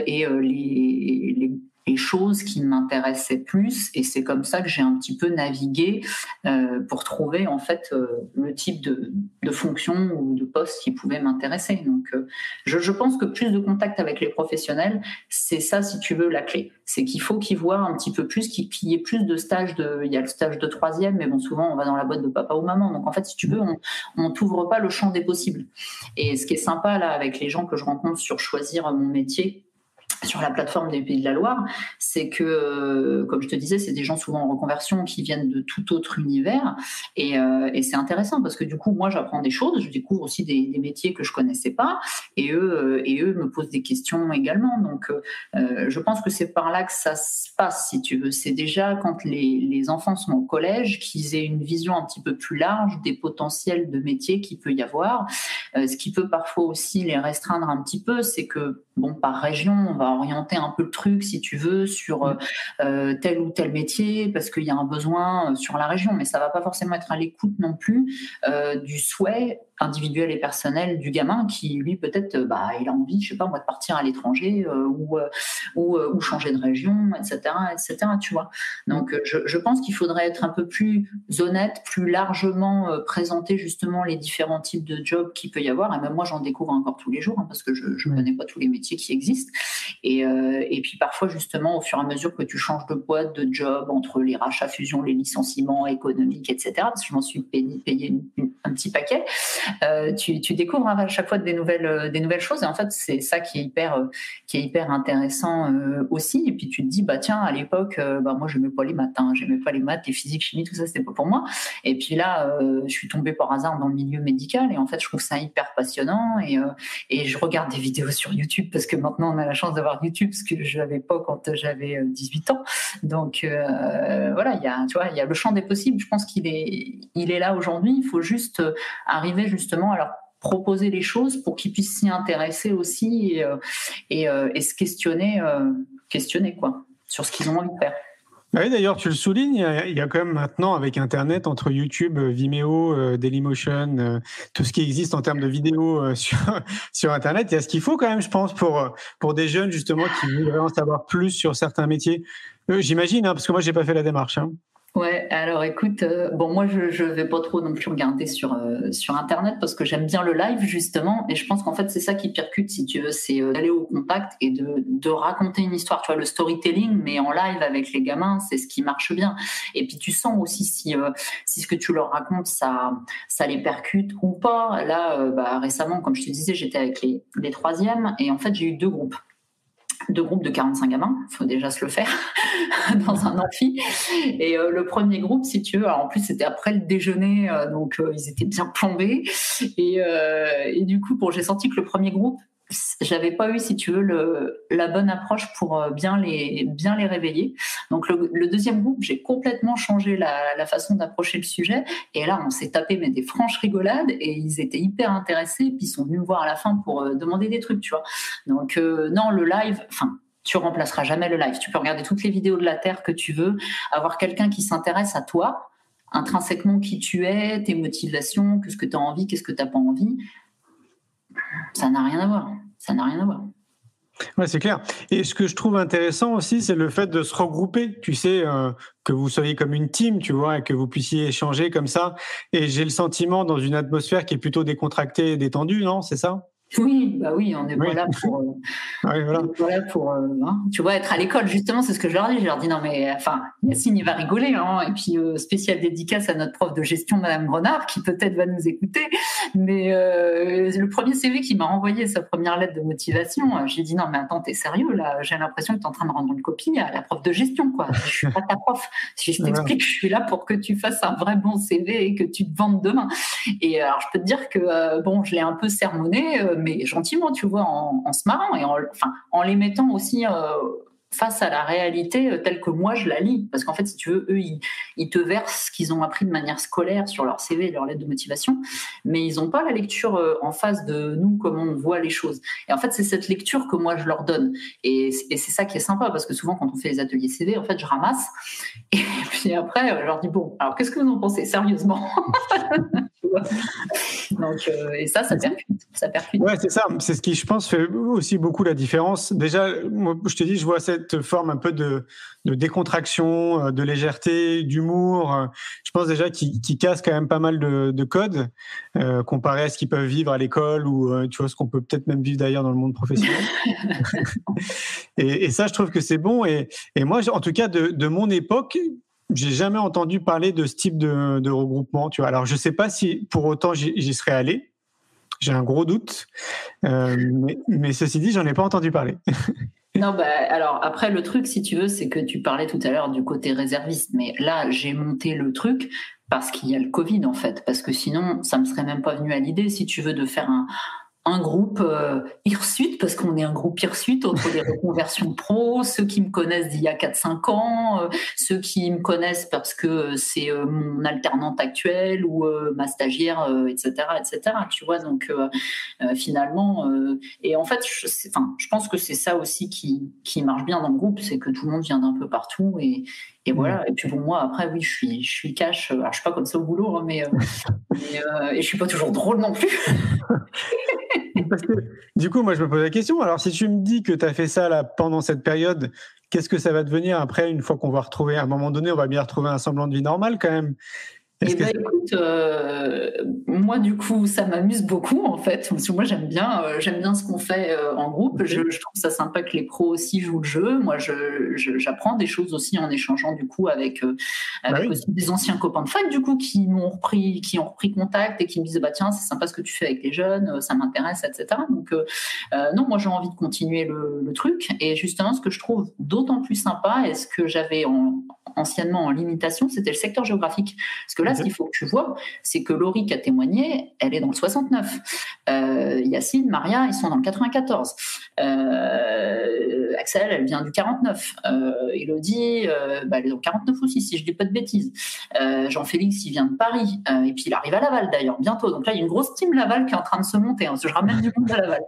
les choses qui m'intéressaient plus, et c'est comme ça que j'ai un petit peu navigué pour trouver en fait le type de fonction ou de poste qui pouvait m'intéresser. Donc je pense que plus de contact avec les professionnels, c'est ça, si tu veux, la clé. C'est qu'il faut qu'ils voient un petit peu plus, qu'il y ait plus de stages il y a le stage de troisième, mais souvent on va dans la boîte de papa ou maman. Donc en fait, si tu veux, on t'ouvre pas le champ des possibles. Et ce qui est sympa là avec les gens que je rencontre sur Choisir mon métier, sur la plateforme des Pays de la Loire, c'est que, comme je te disais, c'est des gens souvent en reconversion qui viennent de tout autre univers, et c'est intéressant parce que du coup, moi, j'apprends des choses, je découvre aussi des métiers que je connaissais pas, et eux me posent des questions également. Donc, je pense que c'est par là que ça se passe, si tu veux. C'est déjà quand les enfants sont au collège qu'ils aient une vision un petit peu plus large des potentiels de métiers qu'il peut y avoir. Ce qui peut parfois aussi les restreindre un petit peu, c'est que, par région, on va orienter un peu le truc, si tu veux, sur tel ou tel métier, parce qu'il y a un besoin sur la région, mais ça va pas forcément être à l'écoute non plus du souhait individuel et personnel du gamin qui, lui, peut-être, il a envie, je sais pas moi, de partir à l'étranger ou changer de région, etc., tu vois. Donc, je pense qu'il faudrait être un peu plus honnête, plus largement présenter justement les différents types de jobs qu'il peut y avoir. Et même moi, j'en découvre encore tous les jours, parce que je connais pas tous les métiers qui existent. Et puis parfois, justement, au fur et à mesure que tu changes de boîte, de job, entre les rachats, fusions, les licenciements économiques, etc., parce que je m'en suis payé un petit paquet, tu découvres à chaque fois des nouvelles choses. Et en fait, c'est ça qui est hyper intéressant aussi. Et puis tu te dis, tiens, à l'époque, moi, j'aimais pas les maths, j'aimais pas les maths, les physiques, chimie, tout ça, c'était pas pour moi. Et puis là, je suis tombée par hasard dans le milieu médical, et en fait, je trouve ça hyper passionnant. Et je regarde des vidéos sur YouTube, parce que maintenant, on a la chance d'avoir YouTube, ce que je n'avais pas quand j'avais 18 ans. Donc, il y a le champ des possibles. Je pense qu'il est là aujourd'hui. Il faut juste arriver justement à leur proposer les choses pour qu'ils puissent s'y intéresser aussi et se questionner quoi, sur ce qu'ils ont envie de faire. Oui, d'ailleurs, tu le soulignes, il y a quand même maintenant, avec Internet, entre YouTube, Vimeo, Dailymotion, tout ce qui existe en termes de vidéos sur Internet, il y a ce qu'il faut quand même, je pense, pour des jeunes, justement, qui voudraient en savoir plus sur certains métiers. J'imagine, parce que moi, j'ai pas fait la démarche. Ouais, alors écoute, moi je vais pas trop non plus regarder sur Internet, parce que j'aime bien le live justement, et je pense qu'en fait c'est ça qui percute, si tu veux, c'est d'aller au contact et de raconter une histoire, tu vois, le storytelling, mais en live avec les gamins, c'est ce qui marche bien. Et puis tu sens aussi si ce que tu leur racontes, ça les percute ou pas. Là, récemment, comme je te disais, j'étais avec les troisièmes, et en fait j'ai eu deux groupes de 45 gamins, il faut déjà se le faire, dans un amphi. Et le premier groupe, si tu veux, alors en plus c'était après le déjeuner, donc ils étaient bien plombés. Et du coup, j'ai senti que le premier groupe, j'avais pas eu, si tu veux, la bonne approche pour bien les réveiller. Donc le deuxième groupe, j'ai complètement changé la façon d'approcher le sujet. Et là, on s'est tapé des franches rigolades, et ils étaient hyper intéressés. Puis ils sont venus me voir à la fin pour demander des trucs, tu vois. Donc non, le live, tu remplaceras jamais le live. Tu peux regarder toutes les vidéos de la Terre que tu veux, avoir quelqu'un qui s'intéresse à toi, intrinsèquement qui tu es, tes motivations, qu'est-ce que tu as envie, qu'est-ce que tu n'as pas envie. Ça n'a rien à voir. Ouais, c'est clair. Et ce que je trouve intéressant aussi, c'est le fait de se regrouper. Tu sais, que vous soyez comme une team, tu vois, et que vous puissiez échanger comme ça. Et j'ai le sentiment dans une atmosphère qui est plutôt décontractée et détendue, non? C'est ça? Oui, on n'est pas là pour, Ouais, voilà. on n'est pas là pour tu vois, être à l'école, justement, c'est ce que je leur dis. Je leur dis, non, mais enfin, Yacine, il va rigoler. Hein, et puis, spéciale dédicace à notre prof de gestion, Madame Renard, qui peut-être va nous écouter. Mais le premier CV qui m'a envoyé sa première lettre de motivation, j'ai dit, non, mais attends, t'es sérieux, là? J'ai l'impression que t'es en train de rendre une copie à la prof de gestion, quoi. Je suis pas ta prof. Je t'explique, je suis là pour que tu fasses un vrai bon CV et que tu te vendes demain. Et alors, je peux te dire que, je l'ai un peu sermonné, mais gentiment, tu vois, en se marrant et en les mettant aussi face à la réalité telle que moi je la lis. Parce qu'en fait, si tu veux, eux, ils te versent ce qu'ils ont appris de manière scolaire sur leur CV et leur lettre de motivation, mais ils n'ont pas la lecture en face de nous, comment on voit les choses. Et en fait, c'est cette lecture que moi je leur donne. Et c'est ça qui est sympa, parce que souvent, quand on fait les ateliers CV, en fait, je ramasse. Et puis après, je leur dis, bon, alors qu'est-ce que vous en pensez, sérieusement? Donc, et ça percute. Ouais, c'est ça. C'est ce qui, je pense, fait aussi beaucoup la différence. Déjà, moi, je te dis, je vois cette forme un peu de décontraction, de légèreté, d'humour. Je pense déjà qu'ils cassent quand même pas mal de codes comparé à ce qu'ils peuvent vivre à l'école ou tu vois, ce qu'on peut peut-être même vivre d'ailleurs dans le monde professionnel. et ça, je trouve que c'est bon. Et moi, en tout cas, de mon époque, j'ai jamais entendu parler de ce type de regroupement. Tu vois. Alors, je sais pas si pour autant j'y serais allé. J'ai un gros doute. Mais ceci dit, j'en ai pas entendu parler. Non, alors après, le truc, si tu veux, c'est que tu parlais tout à l'heure du côté réserviste. Mais là, j'ai monté le truc parce qu'il y a le Covid, en fait. Parce que sinon, ça me serait même pas venu à l'idée, si tu veux, de faire un groupe Hirsute, parce qu'on est un groupe Hirsute, entre les reconversions pro, ceux qui me connaissent d'il y a 4-5 ans, ceux qui me connaissent parce que c'est mon alternante actuelle ou ma stagiaire, etc. Tu vois, donc finalement, et en fait, je pense que c'est ça aussi qui marche bien dans le groupe, c'est que tout le monde vient d'un peu partout et voilà. Et puis bon, moi après, oui, je suis cash. Alors, je suis pas comme ça au boulot, hein, mais et je suis pas toujours drôle non plus. Parce que, du coup, moi, je me pose la question. Alors, si tu me dis que tu as fait ça là pendant cette période, qu'est-ce que ça va devenir après, une fois qu'on va retrouver, à un moment donné, on va bien retrouver un semblant de vie normale quand même? Écoute, moi du coup ça m'amuse beaucoup en fait, parce que moi j'aime bien ce qu'on fait en groupe. Je trouve ça sympa que les pros aussi jouent le jeu. Moi j'apprends des choses aussi en échangeant du coup avec aussi des anciens copains de fac du coup qui ont repris contact et qui me disent tiens, c'est sympa ce que tu fais avec les jeunes, ça m'intéresse, etc. Donc non, moi j'ai envie de continuer le truc. Et justement, ce que je trouve d'autant plus sympa et ce que j'avais anciennement en limitation, c'était le secteur géographique. Parce que là, ce qu'il faut que tu vois, c'est que Laurie qui a témoigné, elle est dans le 69. Yacine, Maria, ils sont dans le 94. Axel, elle vient du 49. Élodie, elle est dans le 49 aussi, si je dis pas de bêtises. Jean-Félix, il vient de Paris. Et puis, il arrive à Laval, d'ailleurs, bientôt. Donc là, il y a une grosse team Laval qui est en train de se monter. Hein, parce que je ramène du monde à Laval.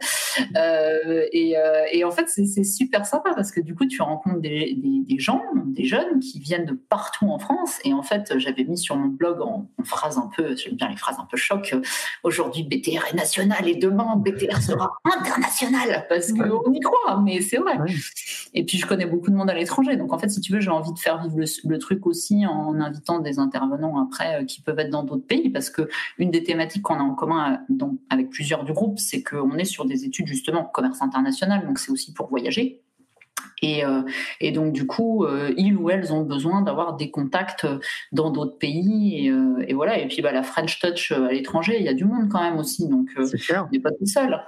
Et en fait, c'est super sympa parce que du coup, tu rencontres des gens, des jeunes qui viennent de partout en France. Et en fait, j'avais mis sur mon blog en phrase un peu, j'aime bien les phrases un peu choc, aujourd'hui BTR est national et demain BTR sera international, parce qu'on y croit, mais c'est vrai. Oui. Et puis je connais beaucoup de monde à l'étranger, donc en fait si tu veux j'ai envie de faire vivre le truc aussi en invitant des intervenants après qui peuvent être dans d'autres pays, parce que une des thématiques qu'on a en commun avec plusieurs du groupe, c'est qu'on est sur des études justement commerce international, donc c'est aussi pour voyager. Et donc du coup, ils ou elles ont besoin d'avoir des contacts dans d'autres pays et voilà. Et puis la French Touch à l'étranger, il y a du monde quand même aussi. Donc on n'est pas tout seul.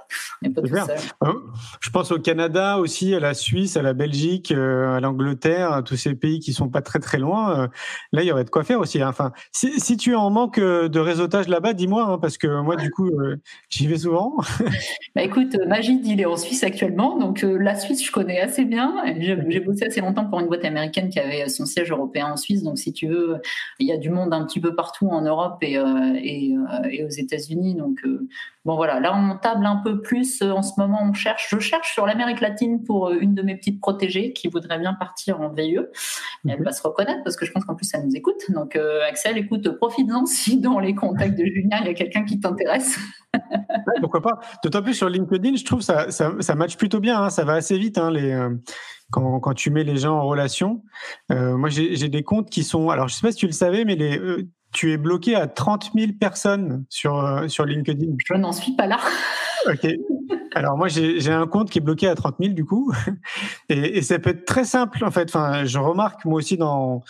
Je pense au Canada aussi, à la Suisse, à la Belgique, à l'Angleterre, à tous ces pays qui sont pas très très loin. Là, il y aurait de quoi faire aussi. Hein. Enfin, si tu es en manque de réseautage là-bas, dis-moi, hein, parce que moi du coup, j'y vais souvent. Écoute, Magid, il est en Suisse actuellement, donc la Suisse, je connais assez bien. J'ai bossé assez longtemps pour une boîte américaine qui avait son siège européen en Suisse, donc si tu veux, il y a du monde un petit peu partout en Europe et aux États-Unis. Donc bon voilà, là on table un peu plus en ce moment. Je cherche sur l'Amérique latine pour une de mes petites protégées qui voudrait bien partir en VIE. Elle va se reconnaître parce que je pense qu'en plus elle nous écoute. Donc Axel, écoute, profites-en si dans les contacts de Julien il y a quelqu'un qui t'intéresse. Ouais, pourquoi pas. D'autant plus sur LinkedIn, je trouve ça match plutôt bien. Hein. Ça va assez vite quand tu mets les gens en relation. Moi, j'ai des comptes qui sont. Alors, je sais pas si tu le savais, mais tu es bloqué à 30 000 personnes sur LinkedIn. Je n'en suis pas là. Ok. Alors moi j'ai un compte qui est bloqué à 30 000 du coup et ça peut être très simple en fait. Enfin, je remarque moi aussi dans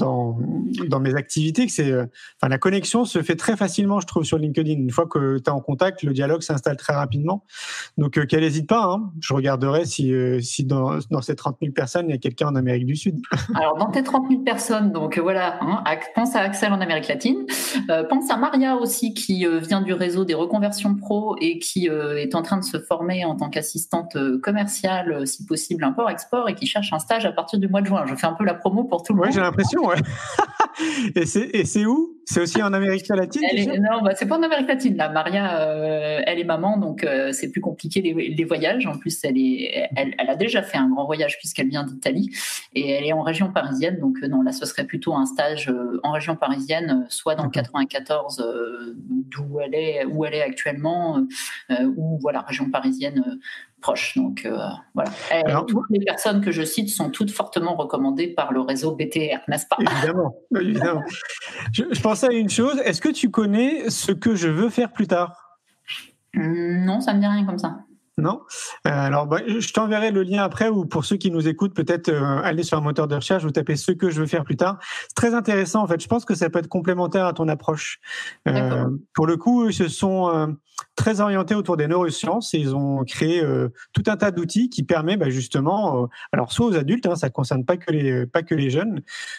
mes activités que la connexion se fait très facilement, je trouve, sur LinkedIn. Une fois que tu es en contact, le dialogue s'installe très rapidement. Donc qu'elle n'hésite pas. Hein. Je regarderai si dans ces 30 000 personnes il y a quelqu'un en Amérique du Sud. Alors dans tes 30 000 personnes, donc voilà, pense à Axel en Amérique latine, pense à Maria aussi qui vient du réseau des reconversions pro et qui est en train de se former en tant qu'assistante commerciale, si possible import-export, et qui cherche un stage à partir du mois de juin. Je fais un peu la promo pour tout le monde. Oui, j'ai l'impression, ouais. Et c'est où ? C'est aussi en Amérique latine ? Non, c'est pas en Amérique latine. Là, Maria, elle est maman, donc c'est plus compliqué les voyages. En plus, elle a déjà fait un grand voyage puisqu'elle vient d'Italie et elle est en région parisienne. Donc non, là, ce serait plutôt un stage en région parisienne, soit dans le 94, où elle est actuellement, ou voilà, région parisienne proche. Donc voilà. Toutes les personnes que je cite sont toutes fortement recommandées par le réseau BTR, n'est-ce pas ? Évidemment. Je pensais à une chose. Est-ce que tu connais ce que je veux faire plus tard ? Non, ça me dit rien comme ça. Non. Alors, je t'enverrai le lien après, ou pour ceux qui nous écoutent, peut-être aller sur un moteur de recherche ou taper ce que je veux faire plus tard. C'est très intéressant, en fait. Je pense que ça peut être complémentaire à ton approche. Pour le coup, ils se sont très orientés autour des neurosciences et ils ont créé tout un tas d'outils qui permet justement, alors soit aux adultes, ça concerne pas que les jeunes,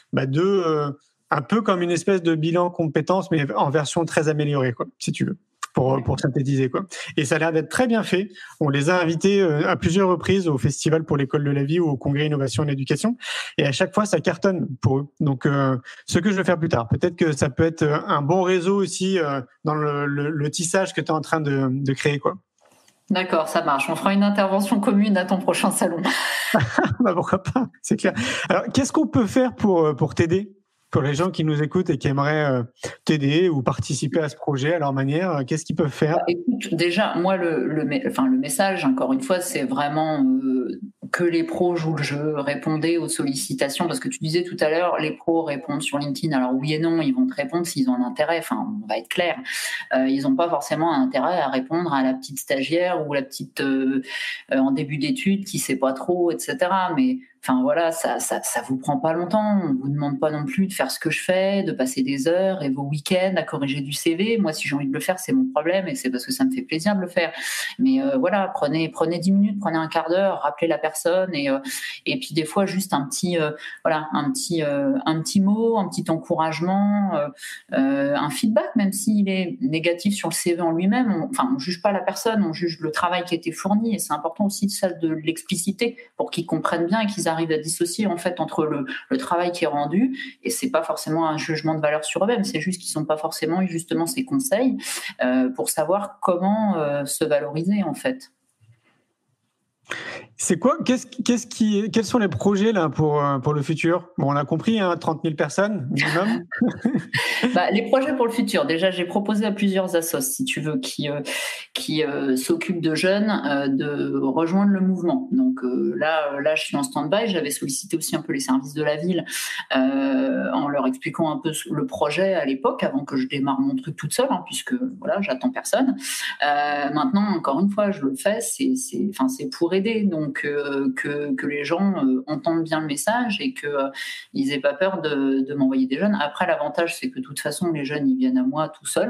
un peu comme une espèce de bilan compétences, mais en version très améliorée, quoi, si tu veux. Pour synthétiser, quoi. Et ça a l'air d'être très bien fait. On les a invités à plusieurs reprises au Festival pour l'école de la vie ou au Congrès Innovation en Éducation. Et à chaque fois, ça cartonne pour eux. Donc, ce que je vais faire plus tard. Peut-être que ça peut être un bon réseau aussi dans le tissage que tu es en train de créer, quoi. D'accord, ça marche. On fera une intervention commune à ton prochain salon. Pourquoi pas, c'est clair. Alors, qu'est-ce qu'on peut faire pour t'aider ? Pour les gens qui nous écoutent et qui aimeraient t'aider ou participer à ce projet à leur manière, qu'est-ce qu'ils peuvent faire ? Écoute, déjà, moi, le message, encore une fois, c'est vraiment que les pros jouent le jeu, répondez aux sollicitations, parce que tu disais tout à l'heure, les pros répondent sur LinkedIn. Alors oui et non, ils vont te répondre s'ils ont un intérêt, on va être clair. Ils n'ont pas forcément un intérêt à répondre à la petite stagiaire ou la petite en début d'études qui ne sait pas trop, etc. Mais voilà, ça vous prend pas longtemps. On vous demande pas non plus de faire ce que je fais, de passer des heures et vos week-ends à corriger du CV. Moi, si j'ai envie de le faire, c'est mon problème et c'est parce que ça me fait plaisir de le faire. Mais voilà, prenez 10 minutes, prenez un quart d'heure, rappelez la personne et puis des fois juste un petit mot, un petit encouragement, un feedback, même s'il est négatif sur le CV en lui-même. On juge pas la personne, on juge le travail qui a été fourni et c'est important aussi de l'expliciter pour qu'ils comprennent bien et qu'ils arrivent à dissocier en fait entre le travail qui est rendu et c'est pas forcément un jugement de valeur sur eux-mêmes, c'est juste qu'ils n'ont pas forcément eu justement ces conseils pour savoir comment se valoriser en fait. C'est quoi ? Quels sont les projets là pour le futur ? Bon, on a compris, 30 000 personnes minimum. Les projets pour le futur. Déjà, j'ai proposé à plusieurs assos, si tu veux, qui s'occupent de jeunes, de rejoindre le mouvement. Donc là, je suis en stand-by. J'avais sollicité aussi un peu les services de la ville en leur expliquant un peu le projet à l'époque, avant que je démarre mon truc toute seule, puisque voilà, j'attends personne. Maintenant, encore une fois, je le fais. C'est pour aider. Donc que les gens entendent bien le message et qu'ils n'aient pas peur de m'envoyer des jeunes. Après, l'avantage, c'est que de toute façon, les jeunes, ils viennent à moi tout seuls.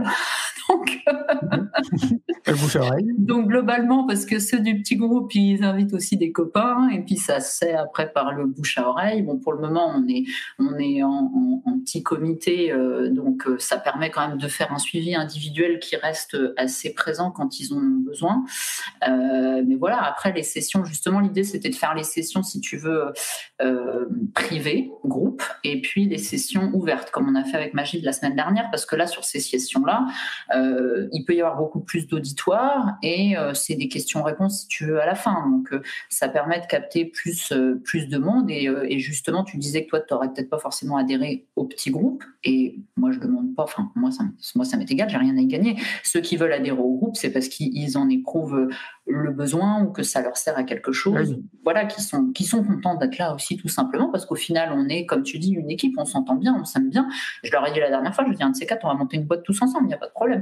Donc, globalement, parce que ceux du petit groupe, ils invitent aussi des copains et puis ça se fait après par le bouche à oreille. Bon, pour le moment, on est en petit comité, donc ça permet quand même de faire un suivi individuel qui reste assez présent quand ils en ont besoin. Mais voilà, après les sessions, justement, l'idée, c'était de faire les sessions, si tu veux, privées, groupe, et puis les sessions ouvertes, comme on a fait avec Magid la semaine dernière, parce que là, sur ces sessions-là, il peut y avoir beaucoup plus d'auditoire et c'est des questions-réponses, si tu veux, à la fin. Donc, ça permet de capter plus de monde et justement, tu disais que toi, tu n'aurais peut-être pas forcément adhéré au petit groupe et moi, je demande pas, enfin, moi, ça m'est égal, j'ai rien à y gagner. Ceux qui veulent adhérer au groupe, c'est parce qu'ils en éprouvent le besoin ou que ça leur sert à quelque chose. Oui. Voilà, qui sont contents d'être là aussi, tout simplement, parce qu'au final, on est, comme tu dis, une équipe, on s'entend bien, on s'aime bien. Je leur ai dit la dernière fois, je dis, un de ces quatre, on va monter une boîte tous ensemble, il n'y a pas de problème.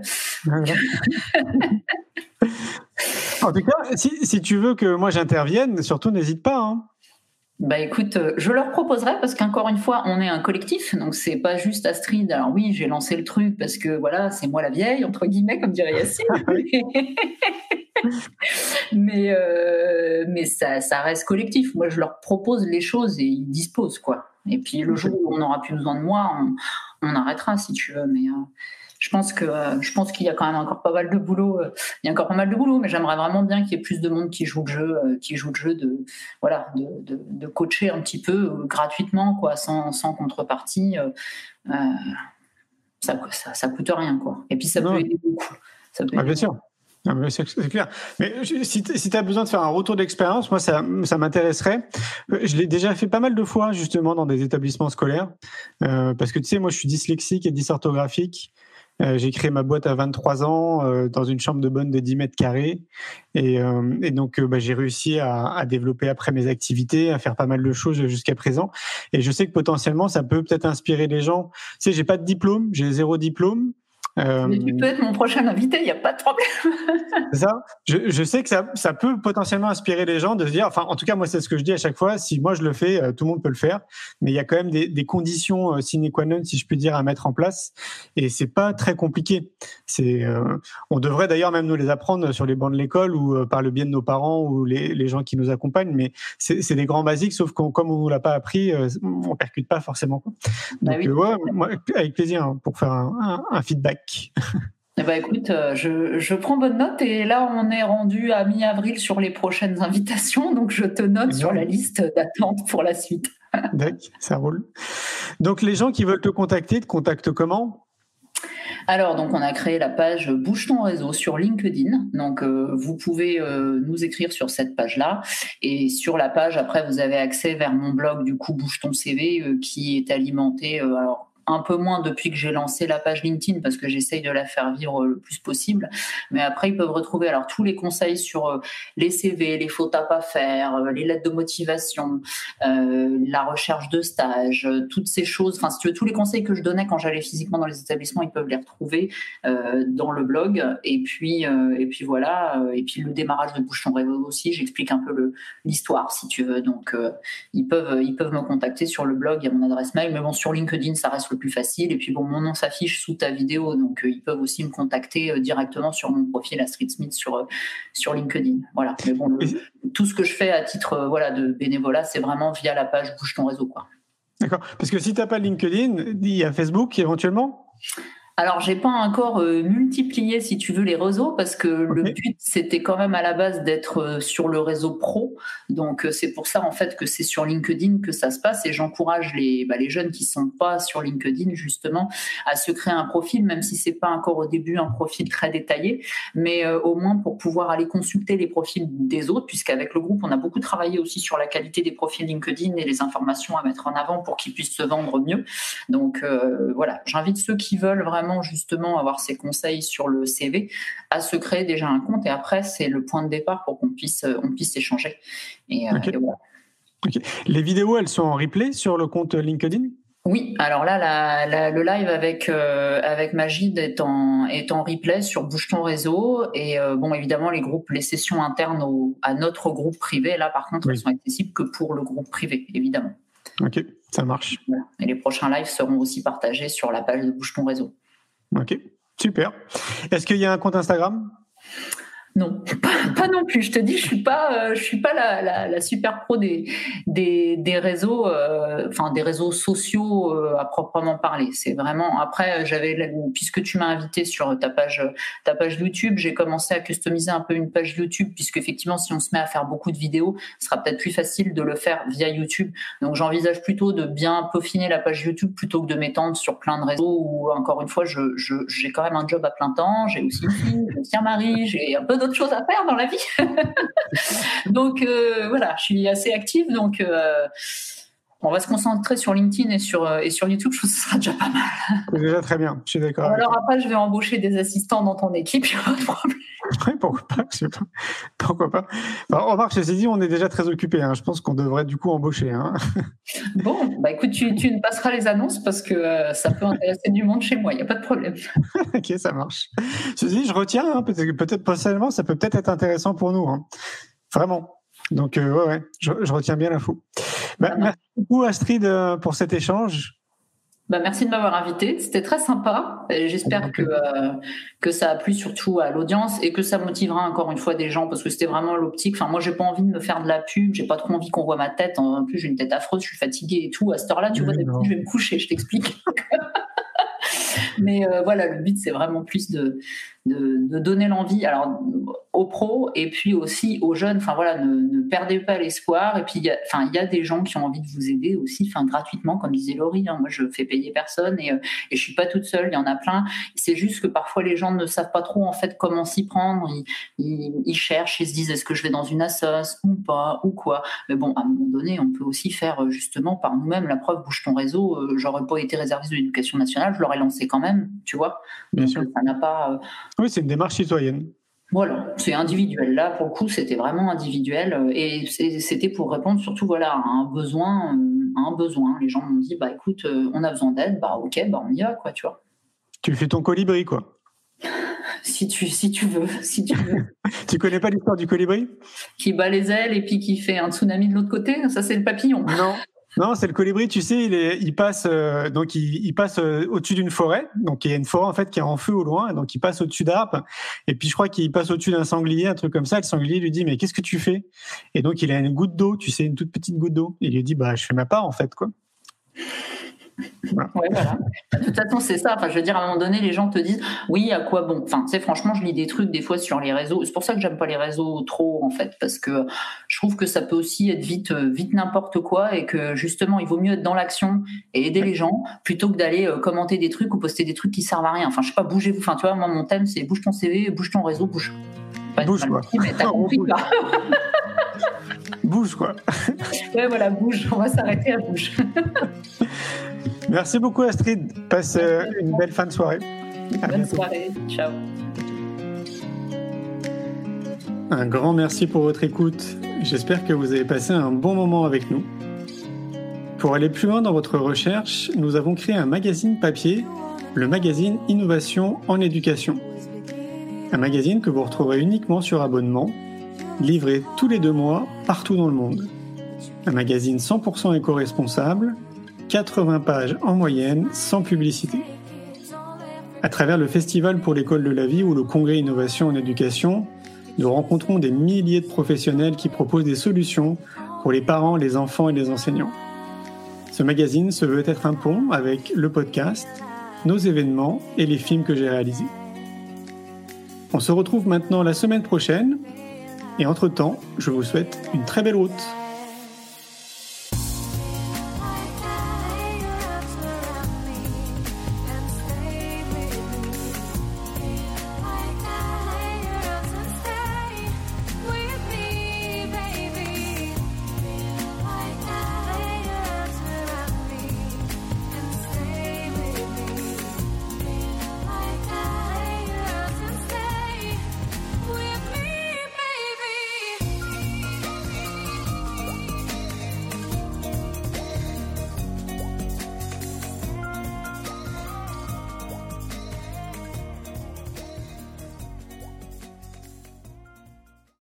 En tout cas, si tu veux que moi j'intervienne, surtout n'hésite pas, hein. Bah écoute, je leur proposerai parce qu'encore une fois, on est un collectif, donc c'est pas juste Astrid. Alors oui, j'ai lancé le truc parce que voilà, c'est moi la vieille, entre guillemets, comme dirait Yacine. mais ça reste collectif. Moi, je leur propose les choses et ils disposent, quoi. Et puis le jour où on n'aura plus besoin de moi, on arrêtera, si tu veux. Mais je pense qu'il y a quand même encore pas mal de boulot. Il y a encore pas mal de boulot, mais j'aimerais vraiment bien qu'il y ait plus de monde qui joue le jeu, de coacher un petit peu gratuitement, quoi, sans contrepartie. Ça coûte rien, quoi. Et puis ça peut aider beaucoup. Bien sûr. Ah, mais c'est clair. Mais si tu as besoin de faire un retour d'expérience, moi, ça m'intéresserait. Je l'ai déjà fait pas mal de fois, justement, dans des établissements scolaires. Parce que, tu sais, moi, je suis dyslexique et dysorthographique. J'ai créé ma boîte à 23 ans dans une chambre de bonne de 10 mètres carrés. Et donc, j'ai réussi à développer après mes activités, à faire pas mal de choses jusqu'à présent. Et je sais que potentiellement, ça peut peut-être inspirer les gens. Tu sais, j'ai pas de diplôme, j'ai 0 diplôme. Mais tu peux être mon prochain invité, il n'y a pas de problème. C'est ça. Je sais que ça peut potentiellement inspirer les gens de se dire, enfin, en tout cas, moi, c'est ce que je dis à chaque fois. Si moi je le fais, tout le monde peut le faire. Mais il y a quand même des conditions sine qua non, si je puis dire, à mettre en place. Et c'est pas très compliqué. On devrait d'ailleurs même nous les apprendre sur les bancs de l'école ou par le biais de nos parents ou les gens qui nous accompagnent. Mais c'est des grands basiques, sauf que comme on nous l'a pas appris, on percute pas forcément. Donc, oui, moi, avec plaisir, hein, pour faire un feedback. Écoute, je prends bonne note et là on est rendu à mi-avril sur les prochaines invitations, donc je te note sur la liste d'attente pour la suite. D'accord, ça roule. Donc les gens qui veulent te contactent comment ? Alors, donc, on a créé la page Bouge ton réseau sur LinkedIn. Donc, vous pouvez nous écrire sur cette page-là. Et sur la page, après, vous avez accès vers mon blog, du coup, Bouge ton CV, qui est alimenté... alors, un peu moins depuis que j'ai lancé la page LinkedIn parce que j'essaye de la faire vivre le plus possible. Mais après, ils peuvent retrouver alors tous les conseils sur les CV, les fautes à pas faire, les lettres de motivation, la recherche de stage, toutes ces choses. Enfin, si tu veux, tous les conseils que je donnais quand j'allais physiquement dans les établissements, ils peuvent les retrouver dans le blog. Et puis voilà. Et puis le démarrage de Bouge ton réseau aussi, j'explique un peu l'histoire, si tu veux. Donc, ils peuvent me contacter sur le blog, il y a mon adresse mail. Mais bon, sur LinkedIn, ça reste le plus facile. Et puis bon, mon nom s'affiche sous ta vidéo, donc ils peuvent aussi me contacter directement sur mon profil Astrid Smith sur LinkedIn. Voilà. Mais bon, tout ce que je fais à titre de bénévolat, c'est vraiment via la page Bouge ton réseau, quoi. D'accord. Parce que si t'as pas LinkedIn, il y a Facebook éventuellement. Alors, j'ai pas encore multiplié, si tu veux, les réseaux parce que le but, c'était quand même à la base d'être sur le réseau pro. Donc, c'est pour ça, en fait, que c'est sur LinkedIn que ça se passe. Et j'encourage les jeunes qui sont pas sur LinkedIn, justement, à se créer un profil, même si c'est pas encore au début un profil très détaillé, mais au moins pour pouvoir aller consulter les profils des autres, puisqu'avec le groupe, on a beaucoup travaillé aussi sur la qualité des profils LinkedIn et les informations à mettre en avant pour qu'ils puissent se vendre mieux. Donc, voilà, j'invite ceux qui veulent vraiment justement avoir ces conseils sur le CV à se créer déjà un compte et après c'est le point de départ pour qu'on puisse échanger et voilà. Okay. Les vidéos elles sont en replay sur le compte LinkedIn ? Oui, alors là le live avec Magid est en replay sur Bouge ton réseau et bon évidemment les sessions internes à notre groupe privé là par contre elles sont accessibles que pour le groupe privé évidemment. Ok, ça marche. Voilà. Et les prochains lives seront aussi partagés sur la page de Bouge ton réseau. Ok, super. Est-ce qu'il y a un compte Instagram ? Non, pas non plus. Je te dis, je suis pas la super pro des réseaux, des réseaux sociaux à proprement parler. C'est vraiment. Après, puisque tu m'as invité sur ta page YouTube, j'ai commencé à customiser un peu une page YouTube, puisque effectivement, si on se met à faire beaucoup de vidéos, ce sera peut-être plus facile de le faire via YouTube. Donc, j'envisage plutôt de bien peaufiner la page YouTube plutôt que de m'étendre sur plein de réseaux où, encore une fois, j'ai quand même un job à plein temps. J'ai aussi une fille, j'ai aussi un mari, j'ai un peu d'autres choses à faire dans la vie. Donc voilà, je suis assez active, donc on va se concentrer sur LinkedIn et sur YouTube, je pense que ce sera déjà pas mal. C'est déjà très bien, je suis d'accord. Alors après, je vais embaucher des assistants dans ton équipe, il n'y a pas de problème. Oui, pourquoi pas, je sais pas. Pourquoi pas. Enfin, remarque, ceci dit, on est déjà très occupés, hein. Je pense qu'on devrait du coup embaucher. Hein. Bon, écoute, tu me passeras les annonces parce que ça peut intéresser du monde chez moi, il n'y a pas de problème. Ok, ça marche. Ceci dit, je retiens, hein, peut-être personnellement, ça peut peut-être être intéressant pour nous. Hein. Vraiment. Donc, ouais, je retiens bien l'info. Merci beaucoup, Astrid, pour cet échange. Merci de m'avoir invité, c'était très sympa. Et j'espère que ça a plu surtout à l'audience et que ça motivera encore une fois des gens parce que c'était vraiment l'optique. Enfin, moi, j'ai pas envie de me faire de la pub, j'ai pas trop envie qu'on voit ma tête. En plus, j'ai une tête affreuse, je suis fatiguée et tout. À cette heure-là, tu vois, d'habitude, je vais me coucher, je t'explique. Mais voilà, le but, c'est vraiment plus de donner l'envie aux pros et puis aussi aux jeunes. Enfin voilà, ne perdez pas l'espoir. Et puis il y a des gens qui ont envie de vous aider aussi, gratuitement, comme disait Laurie. Hein, moi, je fais payer personne et je suis pas toute seule. Il y en a plein. C'est juste que parfois les gens ne savent pas trop en fait comment s'y prendre. Ils cherchent, ils se disent est-ce que je vais dans une assoce ou pas ou quoi. Mais bon, à un moment donné, on peut aussi faire justement par nous-mêmes. La preuve, bouge ton réseau. J'aurais pas été réserviste de l'éducation nationale, je l'aurais lancé quand même, tu vois. Bien Donc, sûr. ça n'a pas. Oui, c'est une démarche citoyenne. Voilà, c'est individuel. Là, pour le coup, c'était vraiment individuel et c'était pour répondre surtout à un besoin. Les gens m'ont dit, écoute, on a besoin d'aide, ok, on y va, quoi, tu vois. Tu fais ton colibri, quoi. Si tu veux. Tu connais pas l'histoire du colibri ? Qui bat les ailes et puis qui fait un tsunami de l'autre côté, ça c'est le papillon. Non, c'est le colibri, tu sais, il passe au-dessus d'une forêt. Donc il y a une forêt en fait qui est en feu au loin, donc il passe au-dessus d'arbres. Et puis je crois qu'il passe au-dessus d'un sanglier, un truc comme ça. Le sanglier lui dit mais qu'est-ce que tu fais ? Et donc il a une goutte d'eau, tu sais, une toute petite goutte d'eau. Il lui dit je fais ma part en fait quoi. Voilà. Ouais, voilà. De toute façon, c'est ça. Je veux dire, à un moment donné, les gens te disent oui, à quoi bon ? Franchement, je lis des trucs des fois sur les réseaux. C'est pour ça que j'aime pas les réseaux trop, en fait, parce que je trouve que ça peut aussi être vite n'importe quoi et que justement, il vaut mieux être dans l'action et aider les gens plutôt que d'aller commenter des trucs ou poster des trucs qui servent à rien. Je sais pas, bougez-vous. Tu vois, moi, mon thème, c'est bouge ton CV, bouge ton réseau, bouge. Bouge quoi. Mais t'as compris quoi. Bouge quoi. Ouais, voilà, bouge. On va s'arrêter à bouge. Merci beaucoup Astrid. Passe une belle fin de soirée. Bonne soirée. Ciao. Un grand merci pour votre écoute. J'espère que vous avez passé un bon moment avec nous. Pour aller plus loin dans votre recherche, nous avons créé un magazine papier, le magazine Innovation en éducation. Un magazine que vous retrouverez uniquement sur abonnement, livré tous les 2 mois partout dans le monde. Un magazine 100% éco-responsable, 80 pages en moyenne, sans publicité. À travers le Festival pour l'école de la vie ou le Congrès Innovation en éducation, nous rencontrons des milliers de professionnels qui proposent des solutions pour les parents, les enfants et les enseignants. Ce magazine se veut être un pont avec le podcast, nos événements et les films que j'ai réalisés. On se retrouve maintenant la semaine prochaine et entre-temps, je vous souhaite une très belle route.